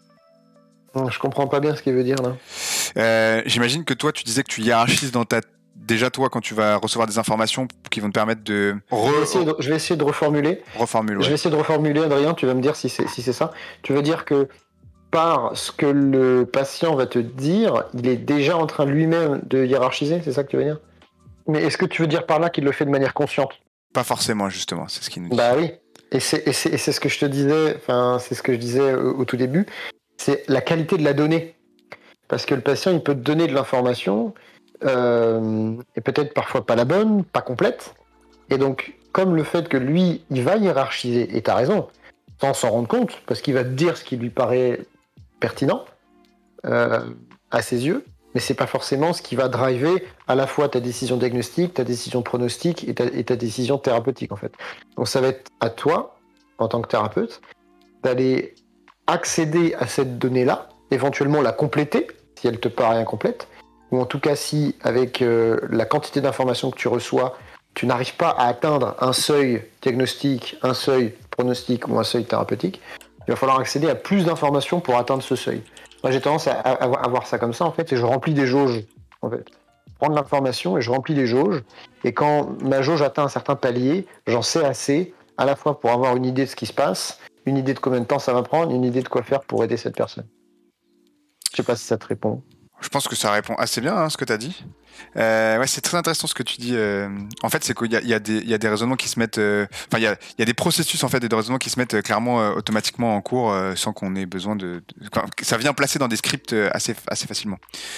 Je comprends pas bien ce qu'il veut dire là. Euh, j'imagine que toi tu disais que tu hiérarchises dans ta déjà toi quand tu vas recevoir des informations qui vont te permettre de Re... je, vais essayer de je vais essayer de reformuler reformuler ouais. je vais essayer de reformuler Adrien, tu vas me dire si c'est si c'est ça. Tu veux dire que par ce que le patient va te dire, il est déjà en train lui-même de hiérarchiser, c'est ça que tu veux dire? Mais est-ce que tu veux dire par là qu'il le fait de manière consciente? Pas forcément justement, c'est ce qu'il nous dit. Bah oui, et c'est, et c'est, et c'est ce que je te disais, enfin c'est ce que je disais au, au tout début, c'est la qualité de la donnée. Parce que le patient, il peut te donner de l'information, euh, et peut-être parfois pas la bonne, pas complète. Et donc, comme le fait que lui, il va hiérarchiser, et t'as raison, sans s'en rendre compte, parce qu'il va te dire ce qui lui paraît pertinent euh, à ses yeux, mais c'est pas forcément ce qui va driver à la fois ta décision diagnostique, ta décision pronostique et ta, et ta décision thérapeutique en fait. Donc ça va être à toi, en tant que thérapeute, d'aller accéder à cette donnée-là, éventuellement la compléter, si elle te paraît incomplète, ou en tout cas si, avec euh, la quantité d'informations que tu reçois, tu n'arrives pas à atteindre un seuil diagnostique, un seuil pronostic ou un seuil thérapeutique, il va falloir accéder à plus d'informations pour atteindre ce seuil. Moi, j'ai tendance à, à, à voir ça comme ça, en fait, et je remplis des jauges, en fait. Je prends de l'information et je remplis les jauges, et quand ma jauge atteint un certain palier, j'en sais assez, à la fois pour avoir une idée de ce qui se passe, une idée de combien de temps ça va prendre, une idée de quoi faire pour aider cette personne. Je sais pas si ça te répond. Je pense que ça répond assez bien hein, ce que tu as dit. Euh, ouais, c'est très intéressant ce que tu dis. Euh, en fait, c'est qu'il y a, il y a, des, il y a des raisonnements qui se mettent. Enfin, euh, il, y a, il y a des processus en fait, des raisonnements qui se mettent clairement euh, automatiquement en cours euh, sans qu'on ait besoin de. de enfin, ça vient placer dans des scripts assez, assez facilement.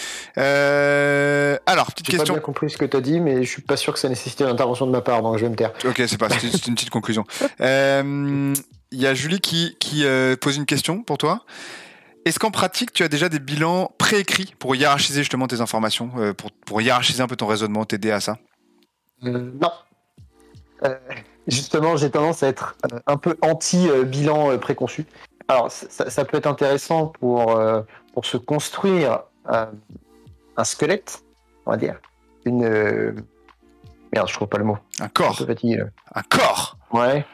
Euh, alors, petite J'ai question. J'ai pas bien compris ce que tu as dit, mais je suis pas sûr que ça nécessite une intervention de ma part, donc je vais me taire. Ok, c'est pas. C'est, c'est une petite conclusion. Euh, il y a Julie qui, qui euh, pose une question pour toi. Est-ce qu'en pratique, tu as déjà des bilans préécrits pour hiérarchiser justement tes informations, euh, pour, pour hiérarchiser un peu ton raisonnement, t'aider à ça? euh, Non. Euh, justement, j'ai tendance à être euh, un peu anti-bilan euh, préconçu. Alors, ça, ça peut être intéressant pour, euh, pour se construire euh, un squelette, on va dire. Une... Euh... Merde, je trouve pas le mot. Un corps. Un peu fatigué, là. Un corps. Ouais.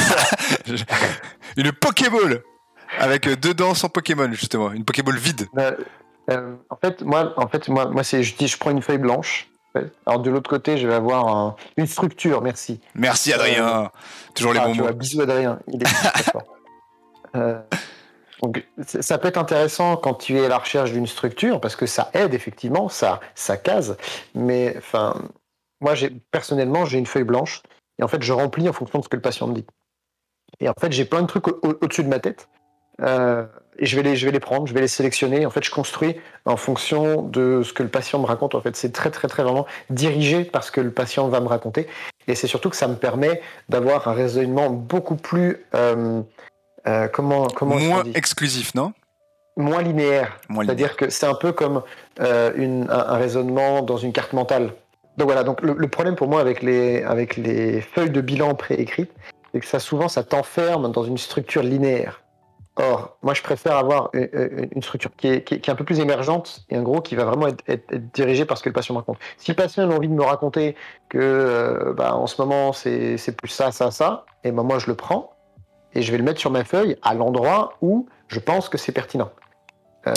Une Pokéball avec deux dents sans Pokémon justement, une Pokéball vide. Euh, euh, en fait, moi, en fait, moi, moi, c'est, je dis, je prends une feuille blanche. Alors de l'autre côté, je vais avoir un, une structure. Merci. Merci Adrien. Euh, Toujours les ah, bons mots. Vois, bisous Adrien. Il est très fort. Euh, donc, ça peut être intéressant quand tu es à la recherche d'une structure parce que ça aide effectivement, ça, ça case. Mais enfin, moi, j'ai personnellement, j'ai une feuille blanche et en fait, je remplis en fonction de ce que le patient me dit. Et en fait, j'ai plein de trucs au- au- au-dessus de ma tête. Euh, et je vais les, je vais les prendre, je vais les sélectionner. En fait, je construis en fonction de ce que le patient me raconte. En fait, c'est très, très, très vraiment dirigé par ce que le patient va me raconter. Et c'est surtout que ça me permet d'avoir un raisonnement beaucoup plus, euh, euh, comment, comment moins est-ce qu'on dit exclusif, non? Moins linéaire. Moins C'est-à-dire linéaire. que c'est un peu comme euh, une, un, un raisonnement dans une carte mentale. Donc voilà. Donc le, le problème pour moi avec les, avec les feuilles de bilan préécrites, c'est que ça souvent ça t'enferme dans une structure linéaire. Or, moi, je préfère avoir une structure qui est, qui est, qui est un peu plus émergente et en gros qui va vraiment être, être, être dirigée par ce que le patient me raconte. Si le patient a envie de me raconter que euh, bah, en ce moment c'est, c'est plus ça, ça, ça, et ben moi je le prends et je vais le mettre sur ma feuille à l'endroit où je pense que c'est pertinent. Euh,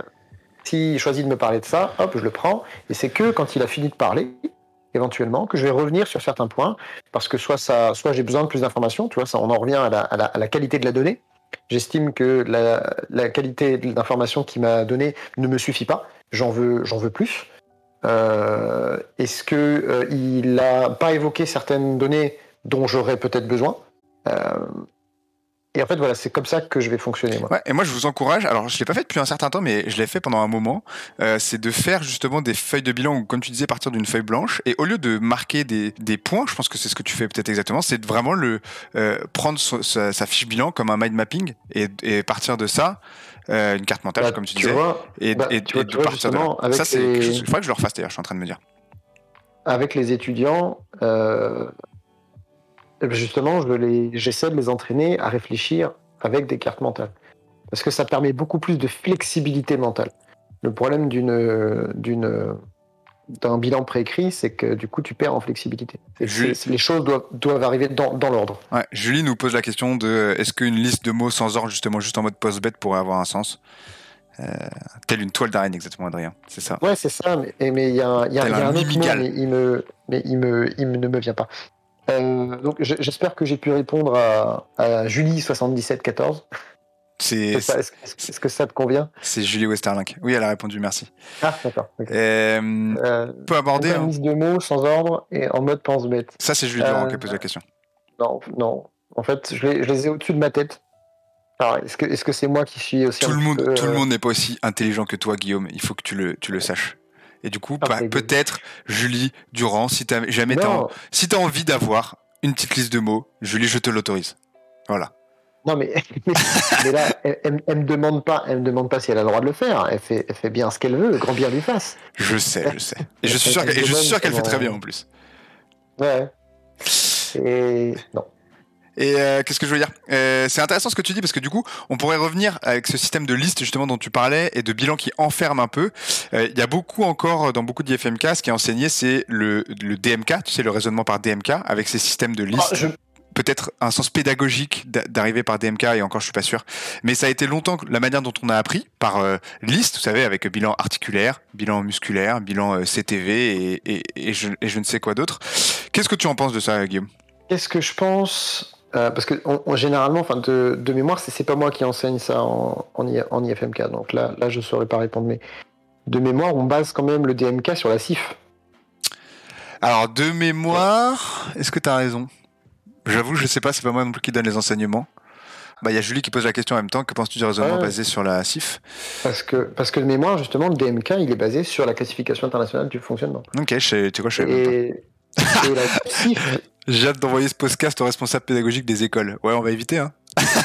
S'il choisit de me parler de ça, hop, je le prends et c'est que quand il a fini de parler, éventuellement, que je vais revenir sur certains points parce que soit ça, soit j'ai besoin de plus d'informations, tu vois, ça, on en revient à la, à la, à la qualité de la donnée. J'estime que la, la qualité de l'information qu'il m'a donnée ne me suffit pas. J'en veux, j'en veux plus. Euh, est-ce que euh, il n'a pas évoqué certaines données dont j'aurais peut-être besoin? euh, Et en fait, voilà, c'est comme ça que je vais fonctionner, moi. Ouais, et moi, je vous encourage, alors je l'ai pas fait depuis un certain temps, mais je l'ai fait pendant un moment, euh, c'est de faire justement des feuilles de bilan, ou comme tu disais, partir d'une feuille blanche, et au lieu de marquer des, des points, je pense que c'est ce que tu fais peut-être exactement, c'est de vraiment le, euh, prendre so, sa, sa fiche bilan comme un mind mapping, et, et partir de ça, euh, une carte mentale, Bah, comme tu, tu disais, vois, et, bah, et, tu vois, et de tu vois, partir de là. avec Ça, c'est les... quelque chose, il faudrait que je le refasse d'ailleurs, je suis en train de me dire. Avec les étudiants, euh, justement, je les, j'essaie de les entraîner à réfléchir avec des cartes mentales. Parce que ça permet beaucoup plus de flexibilité mentale. Le problème d'une, d'une, d'un bilan préécrit, c'est que du coup, tu perds en flexibilité. Et Julie... c'est, les choses doivent, doivent arriver dans, dans l'ordre. Ouais, Julie nous pose la question de est-ce qu'une liste de mots sans ordre, justement, juste en mode post-bet, pourrait avoir un sens euh, telle une toile d'araignée, exactement, Adrien. C'est ça. Ouais, c'est ça. Mais mais il y a, y a, y a un, un autre mot, mais il me, mais il me, il me ne me vient pas. Euh, donc, j'espère que j'ai pu répondre à, à Julie soixante-dix-sept quatorze. C'est, c'est est-ce, est-ce que ça te convient? C'est Julie Westerlink. Oui, elle a répondu, merci. Ah, d'accord. Okay. Euh, euh, on peut aborder. Une hein. liste de mots sans ordre et en mode pense-bête. Ça, c'est Julie euh, Durand qui a posé la question. Non, non. En fait, je les, je les ai au-dessus de ma tête. Alors, est-ce que, est-ce que c'est moi qui suis aussi tout un le monde, peu, Tout euh... le monde n'est pas aussi intelligent que toi, Guillaume. Il faut que tu le, tu le saches. Et du coup, bah, peut-être Julie Durand, si t'as jamais t'as, en... si t'as envie d'avoir une petite liste de mots, Julie, je te l'autorise. Voilà. Non mais, mais là, elle, elle, elle me demande pas, elle me demande pas si elle a le droit de le faire. Elle fait, elle fait bien ce qu'elle veut, grand bien lui fasse. Je sais, je sais. Et je suis sûr, et je suis sûr qu'elle comment... fait très bien en plus. Ouais. Et non. Et euh, qu'est-ce que je veux dire euh, c'est intéressant ce que tu dis parce que du coup, on pourrait revenir avec ce système de liste justement dont tu parlais et de bilan qui enferme un peu. Il euh, y a beaucoup encore dans beaucoup d'I F M K, ce qui est enseigné, c'est le, le D M K, tu sais, le raisonnement par D M K avec ces systèmes de liste. Ah, je... Peut-être un sens pédagogique d'arriver par D M K, et encore je suis pas sûr, mais ça a été longtemps la manière dont on a appris par euh, liste, vous savez, avec bilan articulaire, bilan musculaire, bilan euh, C T V et, et, et, je, et je ne sais quoi d'autre. Qu'est-ce que tu en penses de ça, Guillaume? Qu'est-ce que je pense euh, parce que on, on, généralement, enfin de, de mémoire, c'est, c'est pas moi qui enseigne ça en, en, I, en I F M K, donc là, là je saurais pas répondre, mais de mémoire, on base quand même le D M K sur la C I F. Alors de mémoire, est-ce que tu as raison? J'avoue, je sais pas, c'est pas moi non plus qui donne les enseignements. Bah, il y a Julie qui pose la question en même temps. Que penses-tu du raisonnement ouais. basé sur la C I F? Parce que, parce que de mémoire, justement, le D M K, il est basé sur la classification internationale du fonctionnement. Ok, je sais, tu sais quoi, je sais et... même pas. Et la C I F... J'ai hâte d'envoyer ce podcast au responsable pédagogique des écoles. Ouais, on va éviter, hein.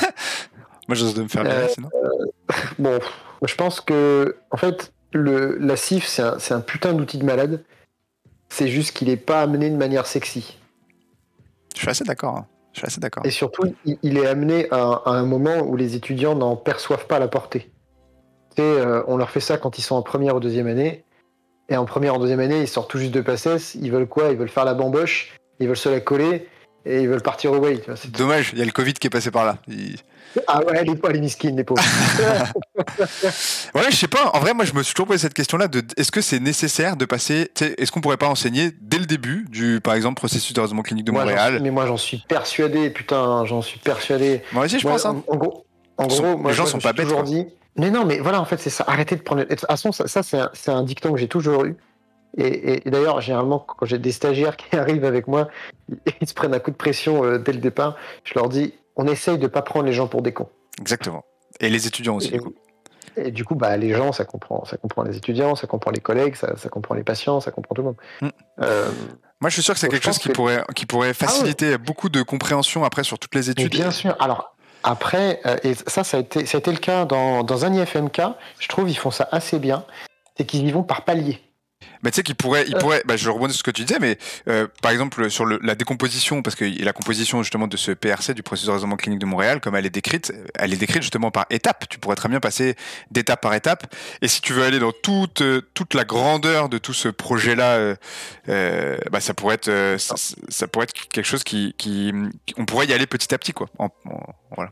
Moi, j'ose de me faire virer, euh, sinon. Euh, bon, je pense que, en fait, le, la C I F, c'est un, c'est un putain d'outil de malade. C'est juste qu'il n'est pas amené de manière sexy. Je suis assez d'accord. Hein. Je suis assez d'accord. Et surtout, il, il est amené à, à un moment où les étudiants n'en perçoivent pas la portée. Tu sais, euh, on leur fait ça quand ils sont en première ou deuxième année. Et en première ou deuxième année, ils sortent tout juste de PACES. Ils veulent quoi? Ils veulent faire la bamboche. Ils veulent se la coller. Et ils veulent partir au way. Tu vois, c'est dommage, il y a le Covid qui est passé par là. Il... Ah ouais, les, les miskines, les pauvres. Ouais, je sais pas. En vrai, moi, je me suis toujours posé cette question-là de est-ce que c'est nécessaire de passer, est-ce qu'on pourrait pas enseigner dès le début du, par exemple, processus de raisonnement clinique de moi, Montréal? Mais moi, j'en suis persuadé, putain, j'en suis persuadé. Moi aussi, je moi, pense. Hein. En, en gros, en gros, sont, moi, les gens moi, sont pas bêtes. Toujours dit... Mais non, mais voilà, en fait, c'est ça. Arrêtez de prendre. De toute façon, ça, ça c'est, un, c'est un dicton que j'ai toujours eu. Et, et, et d'ailleurs, généralement, quand j'ai des stagiaires qui arrivent avec moi, ils se prennent un coup de pression euh, dès le départ. Je leur dis, on essaye de pas prendre les gens pour des cons. Exactement. Et les étudiants aussi, et, du coup. Et du coup, bah, les gens, ça comprend, ça comprend les étudiants, ça comprend les collègues, ça, ça comprend les patients, ça comprend tout le monde. Mmh. Euh, Moi, je suis sûr que c'est quelque chose qui, que... pourrait, qui pourrait faciliter ah ouais. beaucoup de compréhension après sur toutes les études. Mais bien sûr. Alors, après, euh, et ça, ça a, été, ça a été le cas dans, dans un I F M K, je trouve ils font ça assez bien, c'est qu'ils y vont par paliers. Mais tu sais qu'il pourrait, il pourrait, bah, je rebondis sur ce que tu disais, mais euh, par exemple sur le, la décomposition, parce que la composition justement de ce P R C, du processus de raisonnement clinique de Montréal, comme elle est décrite, elle est décrite justement par étapes. Tu pourrais très bien passer d'étape par étape. Et si tu veux aller dans toute toute la grandeur de tout ce projet-là, euh, euh, bah ça pourrait être, euh, ça, ça pourrait être quelque chose qui, qui, on pourrait y aller petit à petit, quoi. En, en, voilà.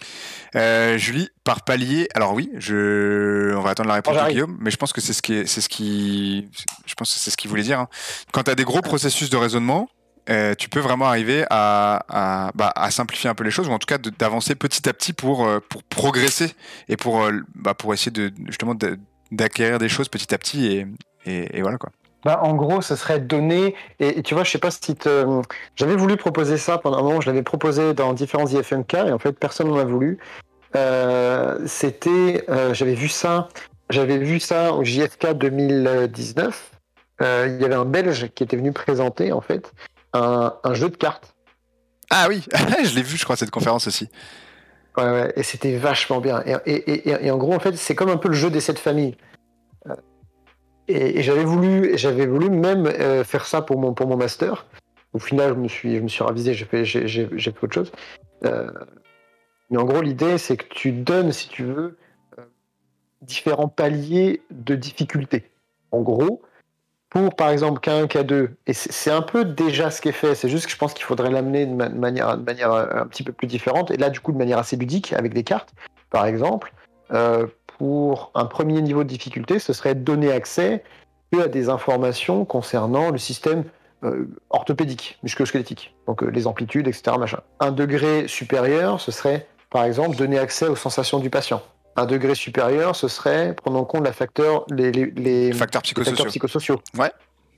Euh, Julie, par palier, alors oui, je, on va attendre la réponse oh, de Guillaume, mais je pense que c'est ce qui, est, c'est ce qui, je pense que c'est ce qu'il voulait dire. Hein. Quand tu as des gros processus de raisonnement, euh, tu peux vraiment arriver à, à, bah, à simplifier un peu les choses, ou en tout cas de, d'avancer petit à petit pour, pour progresser et pour, bah, pour essayer de justement de, d'acquérir des choses petit à petit et, et, et voilà quoi. Bah, en gros, ce serait donné, et, et tu vois, je sais pas si te... j'avais voulu proposer ça pendant un moment, je l'avais proposé dans différents I F M K, et en fait, personne n'en a voulu. Euh, c'était, euh, j'avais vu ça, j'avais vu ça au J F K deux mille dix-neuf. Euh, il y avait un Belge qui était venu présenter, en fait, un, un jeu de cartes. Ah oui, je l'ai vu, je crois, cette conférence aussi. Ouais, ouais, et c'était vachement bien. Et, et, et, et en gros, en fait, c'est comme un peu le jeu des sept familles. Et, et j'avais voulu, j'avais voulu même euh, faire ça pour mon, pour mon master. Au final, je me suis, je me suis ravisé, j'ai fait, j'ai, j'ai, j'ai fait autre chose. Euh, mais en gros, l'idée, c'est que tu donnes, si tu veux, euh, différents paliers de difficulté. En gros, pour par exemple K un, K deux, et c'est, c'est un peu déjà ce qui est fait, c'est juste que je pense qu'il faudrait l'amener de, ma- de manière, de manière un petit peu plus différente, et là, du coup, de manière assez ludique, avec des cartes, par exemple. Euh, pour un premier niveau de difficulté, ce serait donner accès à des informations concernant le système euh, orthopédique, musculo-squelettique, donc euh, les amplitudes, et cetera. Machin. Un degré supérieur, ce serait, par exemple, donner accès aux sensations du patient. Un degré supérieur, ce serait prendre en compte la facteur, les, les, les, Facteurs les facteurs psychosociaux. psychosociaux. Ouais.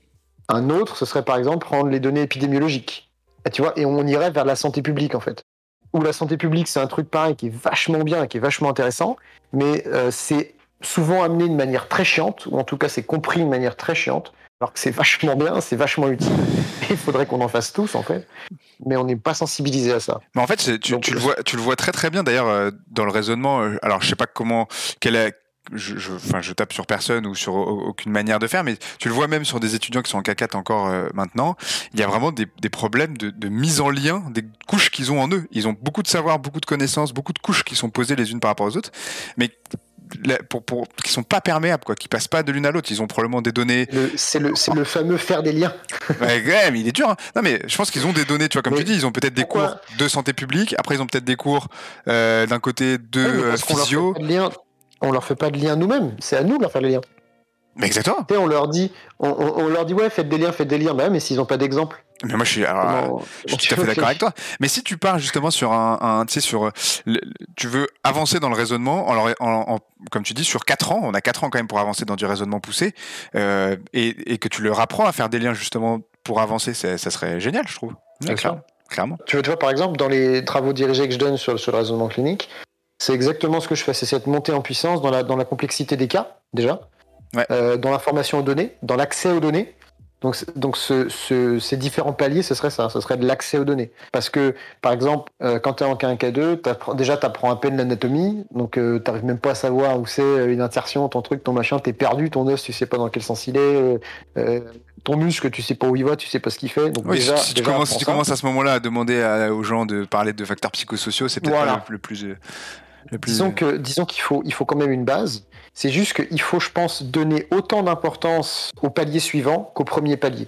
Un autre, ce serait par exemple prendre les données épidémiologiques. Et tu vois, et on irait vers la santé publique en fait. Où la santé publique, c'est un truc pareil qui est vachement bien, qui est vachement intéressant, mais euh, c'est souvent amené de manière très chiante, ou en tout cas c'est compris de manière très chiante, alors que c'est vachement bien, c'est vachement utile. Et il faudrait qu'on en fasse tous en fait, mais on n'est pas sensibilisé à ça. Mais en fait, c'est- tu, Donc, tu le le- vois, tu le vois très très bien d'ailleurs euh, dans le raisonnement. euh, Alors, je sais pas comment, quelle est, je, je, enfin, je tape sur personne ou sur au- aucune manière de faire, mais tu le vois même sur des étudiants qui sont en K quatre encore euh, maintenant. Il y a vraiment des, des problèmes de, de mise en lien des couches qu'ils ont en eux. Ils ont beaucoup de savoir, beaucoup de connaissances, beaucoup de couches qui sont posées les unes par rapport aux autres, mais la- pour, pour, qui sont pas perméables, quoi, qui passent pas de l'une à l'autre. Ils ont probablement des données. le- c'est le, c'est le fameux faire des liens. Ouais, ouais, mais il est dur. Hein. Non, mais je pense qu'ils ont des données, tu vois, comme Mais tu dis, ils ont peut-être des pourquoi cours de santé publique. Après, ils ont peut-être des cours euh, d'un côté de Oui, mais euh, parce qu'on leur fait physio. pas de lien, on leur fait pas de lien nous-mêmes. C'est à nous de leur faire les liens. Mais exactement. Tu sais, on leur dit, on, on- on leur dit ouais, faites des liens, faites des liens. Bah, ouais, mais s'ils n'ont pas d'exemple, Mais moi, je suis, alors, euh, comment, je comment suis tu tout à fait veux d'accord que- avec toi. Mais si tu pars justement sur un, un tu sais, sur, euh, le- le- tu veux avancer dans le raisonnement, en, leur- en- en- comme tu dis, sur quatre ans, on a quatre ans quand même pour avancer dans du raisonnement poussé, euh, et, et que tu leur apprends à faire des liens justement pour avancer, c'est- ça serait génial, je trouve. Ouais, Bien clair- sûr. clairement. Tu vois, tu vois, par exemple, dans les travaux dirigés que je donne sur, sur le raisonnement clinique, c'est exactement ce que je fais. C'est cette montée en puissance dans la, dans la complexité des cas, déjà, Ouais. euh, dans l'information aux données, dans l'accès aux données. Donc, c'est- donc ce, ce- ces différents paliers, ce serait ça, ce serait de l'accès aux données. Parce que, par exemple, euh, quand tu es en K un, K deux, t'apprends- déjà, tu apprends à peine l'anatomie, donc tu n'arrives même pas à savoir où c'est euh, une insertion, ton truc, ton machin, tu es perdu, ton os, tu sais pas dans quel sens il est, euh, euh, ton muscle, tu sais pas où il va, tu sais pas ce qu'il fait. Donc Oui, déjà, si, si tu déjà commences, si apprends tu ça. commences à ce moment-là à demander à- aux gens de parler de facteurs psychosociaux, c'est peut-être Voilà. pas le, le plus, euh, le plus. Disons que, disons qu'il faut, il faut quand même une base. C'est juste qu'il faut, je pense, donner autant d'importance au palier suivant qu'au premier palier.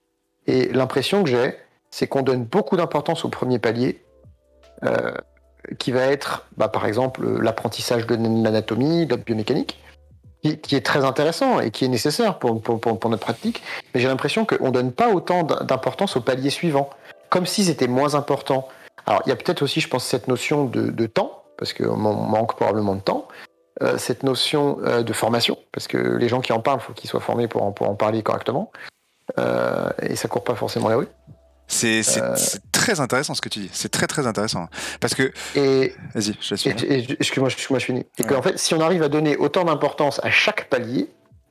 Et l'impression que j'ai, c'est qu'on donne beaucoup d'importance au premier palier, euh, qui va être, bah, par exemple, l'apprentissage de l'anatomie, de la biomécanique, qui, qui est très intéressant et qui est nécessaire pour, pour, pour, pour notre pratique. Mais j'ai l'impression qu'on ne donne pas autant d'importance au palier suivant, comme si c'était moins important. Alors, il y a peut-être aussi, je pense, cette notion de, de temps, parce qu'on manque probablement de temps, euh, cette notion euh, de formation, parce que les gens qui en parlent, il faut qu'ils soient formés pour en, pour en parler correctement, euh, et ça court pas forcément la rue. C'est c'est- Euh, c'est très intéressant ce que tu dis. C'est très très intéressant. Parce que. Et, Vas-y, je laisse et, finir. et- excuse-moi, excuse-moi, je finis. Et Ouais. qu'en fait, si on arrive à donner autant d'importance à chaque palier,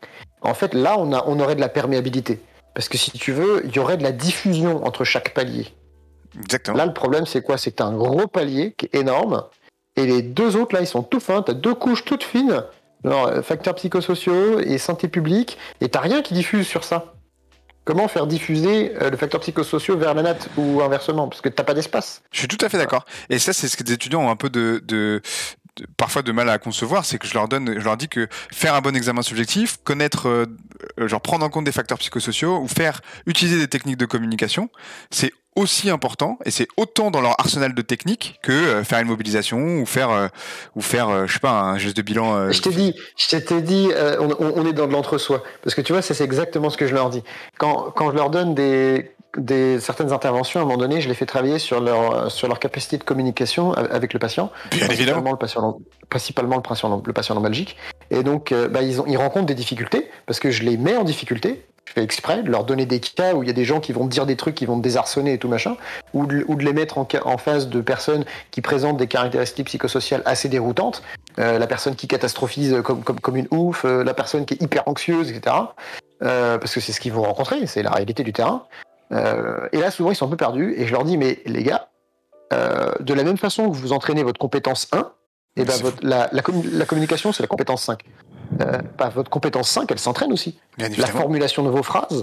en fait, là, on, a, on aurait de la perméabilité. Parce que si tu veux, il y aurait de la diffusion entre chaque palier. Exactement. Là, le problème, c'est quoi? C'est que tu as un gros palier qui est énorme, et les deux autres, là, ils sont tout fins. Tu as deux couches toutes fines, genre euh, facteurs psychosociaux et santé publique, et tu rien qui diffuse sur ça. Comment faire diffuser euh, le facteur psychosociaux vers la natte ou inversement? Parce que tu n'as pas d'espace. Je suis tout à fait d'accord. Et ça, c'est ce que des étudiants ont un peu de, de, de- parfois de mal à concevoir, c'est que je leur donne, je leur dis que faire un bon examen subjectif, connaître, euh, euh, genre prendre en compte des facteurs psychosociaux ou faire utiliser des techniques de communication, c'est aussi important et c'est autant dans leur arsenal de techniques que euh, faire une mobilisation ou faire, euh, ou faire, euh, je sais pas, un geste de bilan. euh, Je t'ai dit, je t'ai dit, euh, on, on est dans de l'entre-soi. Parce que tu vois, ça, c'est exactement ce que je leur dis. Quand, quand je leur donne des, des, certaines interventions, à un moment donné, je les fais travailler sur leur, sur leur capacité de communication avec le patient. Bien évidemment. Le patient, principalement le patient, le patient lombalgique. Et donc, euh, bah, ils, ont, ils rencontrent des difficultés parce que je les mets en difficulté. Je fais exprès de leur donner des cas où il y a des gens qui vont te dire des trucs, qui vont te désarçonner et tout machin, ou de, ou de les mettre en, en face de personnes qui présentent des caractéristiques psychosociales assez déroutantes. Euh, la personne qui catastrophise comme, comme, comme une ouf, euh, la personne qui est hyper anxieuse, et cetera. Euh, parce que c'est ce qu'ils vont rencontrer, c'est la réalité du terrain. Euh, et là, souvent, ils sont un peu perdus, et je leur dis, mais les gars, euh, de la même façon que vous entraînez votre compétence un, et ben votre, la, la, commun- la communication, c'est la compétence cinq. Euh, bah, votre compétence cinq, elle s'entraîne aussi. Bien La évidemment. formulation de vos phrases,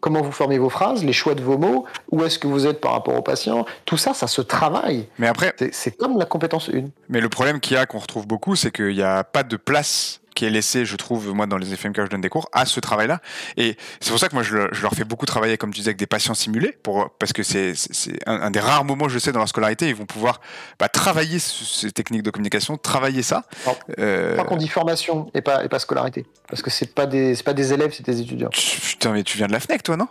comment vous formez vos phrases, les choix de vos mots, où est-ce que vous êtes par rapport au patient. Tout ça, ça se travaille. Mais après, c'est, c'est comme la compétence un. Mais le problème qu'il y a, qu'on retrouve beaucoup, c'est qu'il n'y a pas de place qui est laissée, je trouve, moi, dans les F M K où je donne des cours, à ce travail-là. Et c'est pour ça que moi, je, je leur fais beaucoup travailler, comme tu disais, avec des patients simulés, pour, parce que c'est, c'est, c'est un, un des rares moments, je sais, dans leur scolarité, ils vont pouvoir bah, travailler ces techniques de communication, travailler ça. Alors, euh... Pas qu'on dit formation et pas, et pas scolarité. Parce que c'est pas des, c'est pas des élèves, c'est des étudiants. Putain, mais tu viens de la F N E C, toi, non?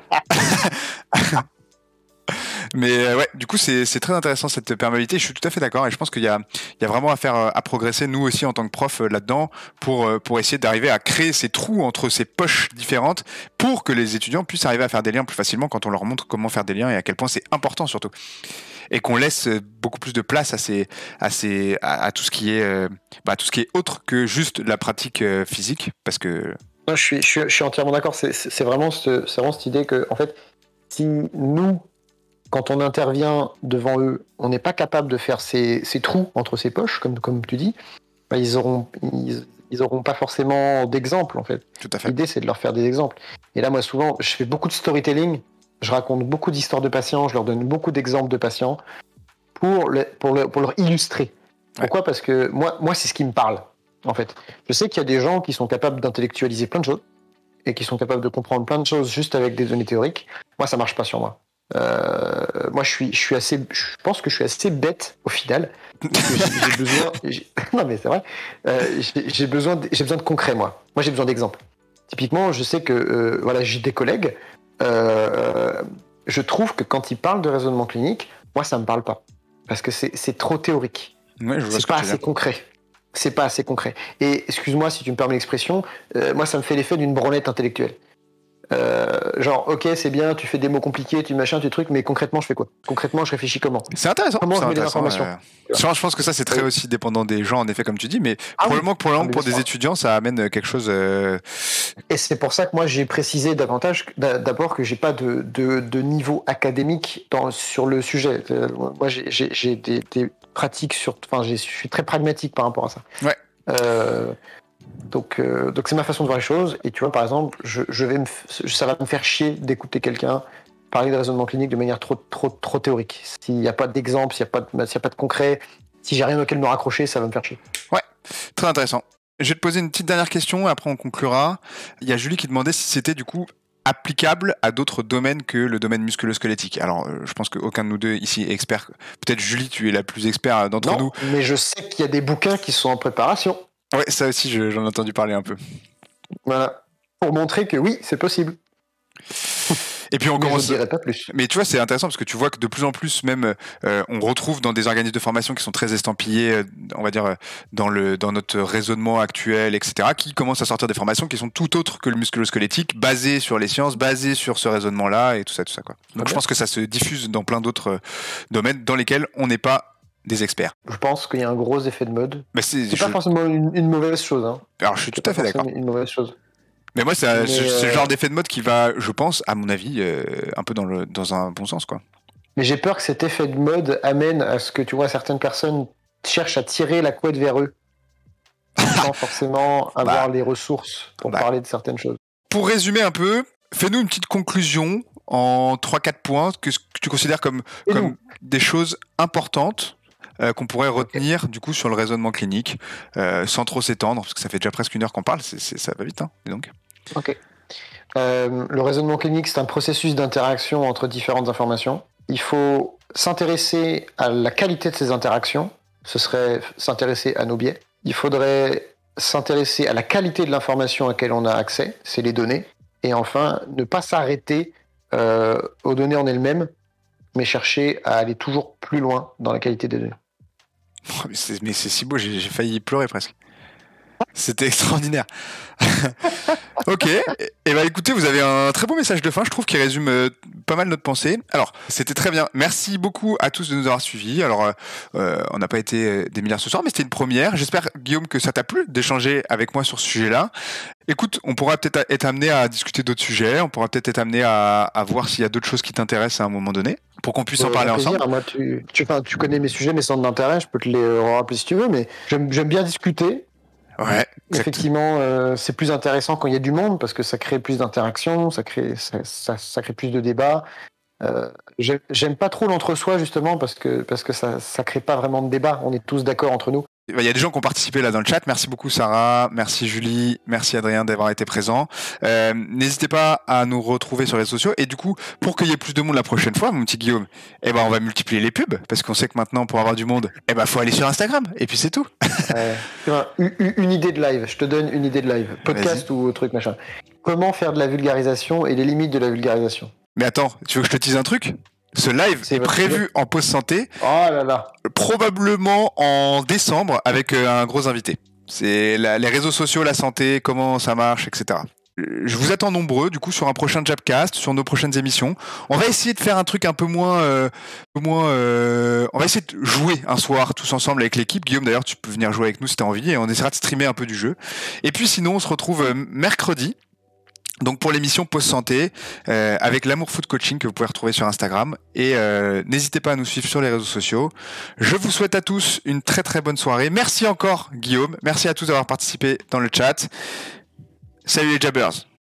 Mais euh, ouais, du coup, c'est, c'est très intéressant cette perméabilité. Je suis tout à fait d'accord et je pense qu'il y a, il y a vraiment à faire, à progresser, nous aussi, en tant que prof, là-dedans, pour, pour essayer d'arriver à créer ces trous entre ces poches différentes pour que les étudiants puissent arriver à faire des liens plus facilement quand on leur montre comment faire des liens et à quel point c'est important surtout. Et qu'on laisse beaucoup plus de place à, ces, à, ces, à, à tout, ce qui est, euh, bah, tout ce qui est autre que juste la pratique euh, physique. Parce que. Non, je, suis, je, suis, je suis entièrement d'accord. C'est, c'est, c'est, vraiment ce, c'est vraiment cette idée que, en fait, si nous, quand on intervient devant eux, on n'est pas capable de faire ces, ces trous entre ces poches, comme, comme tu dis, bah ils auront, ils, ils auront pas forcément d'exemples, en fait. Tout à fait. L'idée, c'est de leur faire des exemples. Et là, moi, souvent, je fais beaucoup de storytelling, je raconte beaucoup d'histoires de patients, je leur donne beaucoup d'exemples de patients pour, le, pour, le, pour leur illustrer. Pourquoi ? Ouais. Parce que moi, moi, c'est ce qui me parle, en fait. Je sais qu'il y a des gens qui sont capables d'intellectualiser plein de choses et qui sont capables de comprendre plein de choses juste avec des données théoriques. Moi, ça marche pas sur moi. Euh, moi, je suis, je suis assez, je pense que je suis assez bête au final. J'ai, j'ai besoin, j'ai, non mais c'est vrai. Euh, j'ai, j'ai besoin, de, j'ai besoin de concret moi. Moi, j'ai besoin d'exemples. Typiquement, je sais que, euh, voilà, j'ai des collègues. Euh, je trouve que quand ils parlent de raisonnement clinique, moi, ça me parle pas parce que c'est, c'est trop théorique. Ouais, je vois c'est ce pas que tu assez dis. concret. C'est pas assez concret. Et excuse-moi si tu me permets l'expression, euh, moi, ça me fait l'effet d'une branlette intellectuelle. Euh, genre, ok, c'est bien, tu fais des mots compliqués, tu machin, tu trucs, mais concrètement, je fais quoi ? Concrètement, je réfléchis comment ? C'est intéressant. Comment c'est je mets les intéressant, informations ? euh... je pense que ça, c'est très oui. aussi dépendant des gens, en effet, comme tu dis, mais ah probablement oui. que pour, ah, pour des ça. étudiants, ça amène quelque chose. Euh... Et c'est pour ça que moi, j'ai précisé davantage, d'abord, que j'ai pas de, de, de niveau académique dans, sur le sujet. Moi, j'ai, j'ai, j'ai des, des pratiques sur. Enfin, je suis très pragmatique par rapport à ça. Ouais. Euh, Donc, euh, donc c'est ma façon de voir les choses. Et tu vois, par exemple, je, je vais me, ça va me faire chier d'écouter quelqu'un parler de raisonnement clinique de manière trop, trop, trop théorique. S'il n'y a pas d'exemple, s'il n'y a, a pas de concret, si j'ai rien auquel me raccrocher, ça va me faire chier. Ouais, très intéressant. Je vais te poser une petite dernière question, après on conclura. Il y a Julie qui demandait si c'était du coup applicable à d'autres domaines que le domaine musculo-squelettique. Alors, euh, je pense qu'aucun de nous deux ici est expert. Peut-être Julie, tu es la plus expert d'entre non, nous. Mais je sais qu'il y a des bouquins qui sont en préparation. Ouais, ça aussi, je, j'en ai entendu parler un peu. Voilà, pour montrer que oui, c'est possible. Et puis on mais commence. Je ne dirai pas plus. Mais tu vois, c'est intéressant parce que tu vois que de plus en plus, même, euh, on retrouve dans des organismes de formation qui sont très estampillés, euh, on va dire, euh, dans le dans notre raisonnement actuel, et cetera, qui commencent à sortir des formations qui sont tout autres que le musculo-squelettique, basées sur les sciences, basées sur ce raisonnement-là et tout ça, tout ça quoi. Donc ah je pense que ça se diffuse dans plein d'autres euh, domaines dans lesquels on n'est pas des experts. Je pense qu'il y a un gros effet de mode. Mais c'est c'est je... pas forcément une, une mauvaise chose. Hein. Alors je suis c'est tout à fait d'accord. Une mauvaise chose. Mais moi, c'est, mais c'est, euh... c'est le genre d'effet de mode qui va, je pense, à mon avis, euh, un peu dans, le, dans un bon sens, quoi. Mais j'ai peur que cet effet de mode amène à ce que, tu vois, certaines personnes cherchent à tirer la couette vers eux, sans forcément avoir bah, les ressources pour bah, parler de certaines choses. Pour résumer un peu, fais-nous une petite conclusion en trois quatre points que, que tu considères comme, comme des choses importantes Euh, qu'on pourrait retenir okay. du coup sur le raisonnement clinique euh, sans trop s'étendre parce que ça fait déjà presque une heure qu'on parle, c'est, c'est, ça va vite hein, dis donc. Ok. Euh, le raisonnement clinique, c'est un processus d'interaction entre différentes informations. Il faut s'intéresser à la qualité de ces interactions, ce serait s'intéresser à nos biais. Il faudrait s'intéresser à la qualité de l'information à laquelle on a accès, c'est les données. Et enfin, ne pas s'arrêter euh, aux données en elles-mêmes, mais chercher à aller toujours plus loin dans la qualité des données. Oh, mais, c'est, mais c'est si beau, j'ai, j'ai failli pleurer presque. C'était extraordinaire. Ok, et, et bah écoutez, vous avez un très beau message de fin, je trouve, qui résume euh, pas mal notre pensée. Alors, c'était très bien. Merci beaucoup à tous de nous avoir suivis. Alors, euh, on n'a pas été des milliards ce soir, mais c'était une première. J'espère, Guillaume, que ça t'a plu d'échanger avec moi sur ce sujet-là. Écoute, on pourra peut-être être amené à discuter d'autres sujets, on pourra peut-être être amené à, à voir s'il y a d'autres choses qui t'intéressent à un moment donné, pour qu'on puisse euh, en parler ensemble. Moi, tu, tu, tu connais mes sujets, mes centres d'intérêt, je peux te les rappeler si tu veux, mais j'aime, j'aime bien discuter. Ouais. Effectivement, euh, c'est plus intéressant quand il y a du monde parce que ça crée plus d'interactions, ça crée, ça, ça, ça crée plus de débats. Euh, j'aime pas trop l'entre-soi justement parce que parce que ça ça crée pas vraiment de débat. On est tous d'accord entre nous. Il y a des gens qui ont participé là dans le chat. Merci beaucoup Sarah, merci Julie, merci Adrien d'avoir été présent. Euh, n'hésitez pas à nous retrouver sur les réseaux sociaux. Et du coup, pour qu'il y ait plus de monde la prochaine fois, mon petit Guillaume, eh ben on va multiplier les pubs parce qu'on sait que maintenant pour avoir du monde, eh ben faut aller sur Instagram et puis c'est tout. euh, une, une idée de live. Je te donne une idée de live, podcast ou truc machin. Comment faire de la vulgarisation et les limites de la vulgarisation. Mais attends, tu veux que je te dise un truc ? Ce live est, est prévu en pause santé, oh là là. probablement en décembre avec un gros invité. C'est la, les réseaux sociaux, la santé, comment ça marche, et cetera. Je vous attends nombreux, du coup, sur un prochain Jabcast, sur nos prochaines émissions. On va essayer de faire un truc un peu moins, euh, un peu moins. Euh, on va essayer de jouer un soir tous ensemble avec l'équipe. Guillaume, d'ailleurs, tu peux venir jouer avec nous si t'as envie, et on essaiera de streamer un peu du jeu. Et puis, sinon, on se retrouve mercredi. Donc pour l'émission Pause Santé, euh, avec l'Amour Foot Coaching que vous pouvez retrouver sur Instagram. Et euh, n'hésitez pas à nous suivre sur les réseaux sociaux. Je vous souhaite à tous une très très bonne soirée. Merci encore Guillaume. Merci à tous d'avoir participé dans le chat. Salut les Jabbers.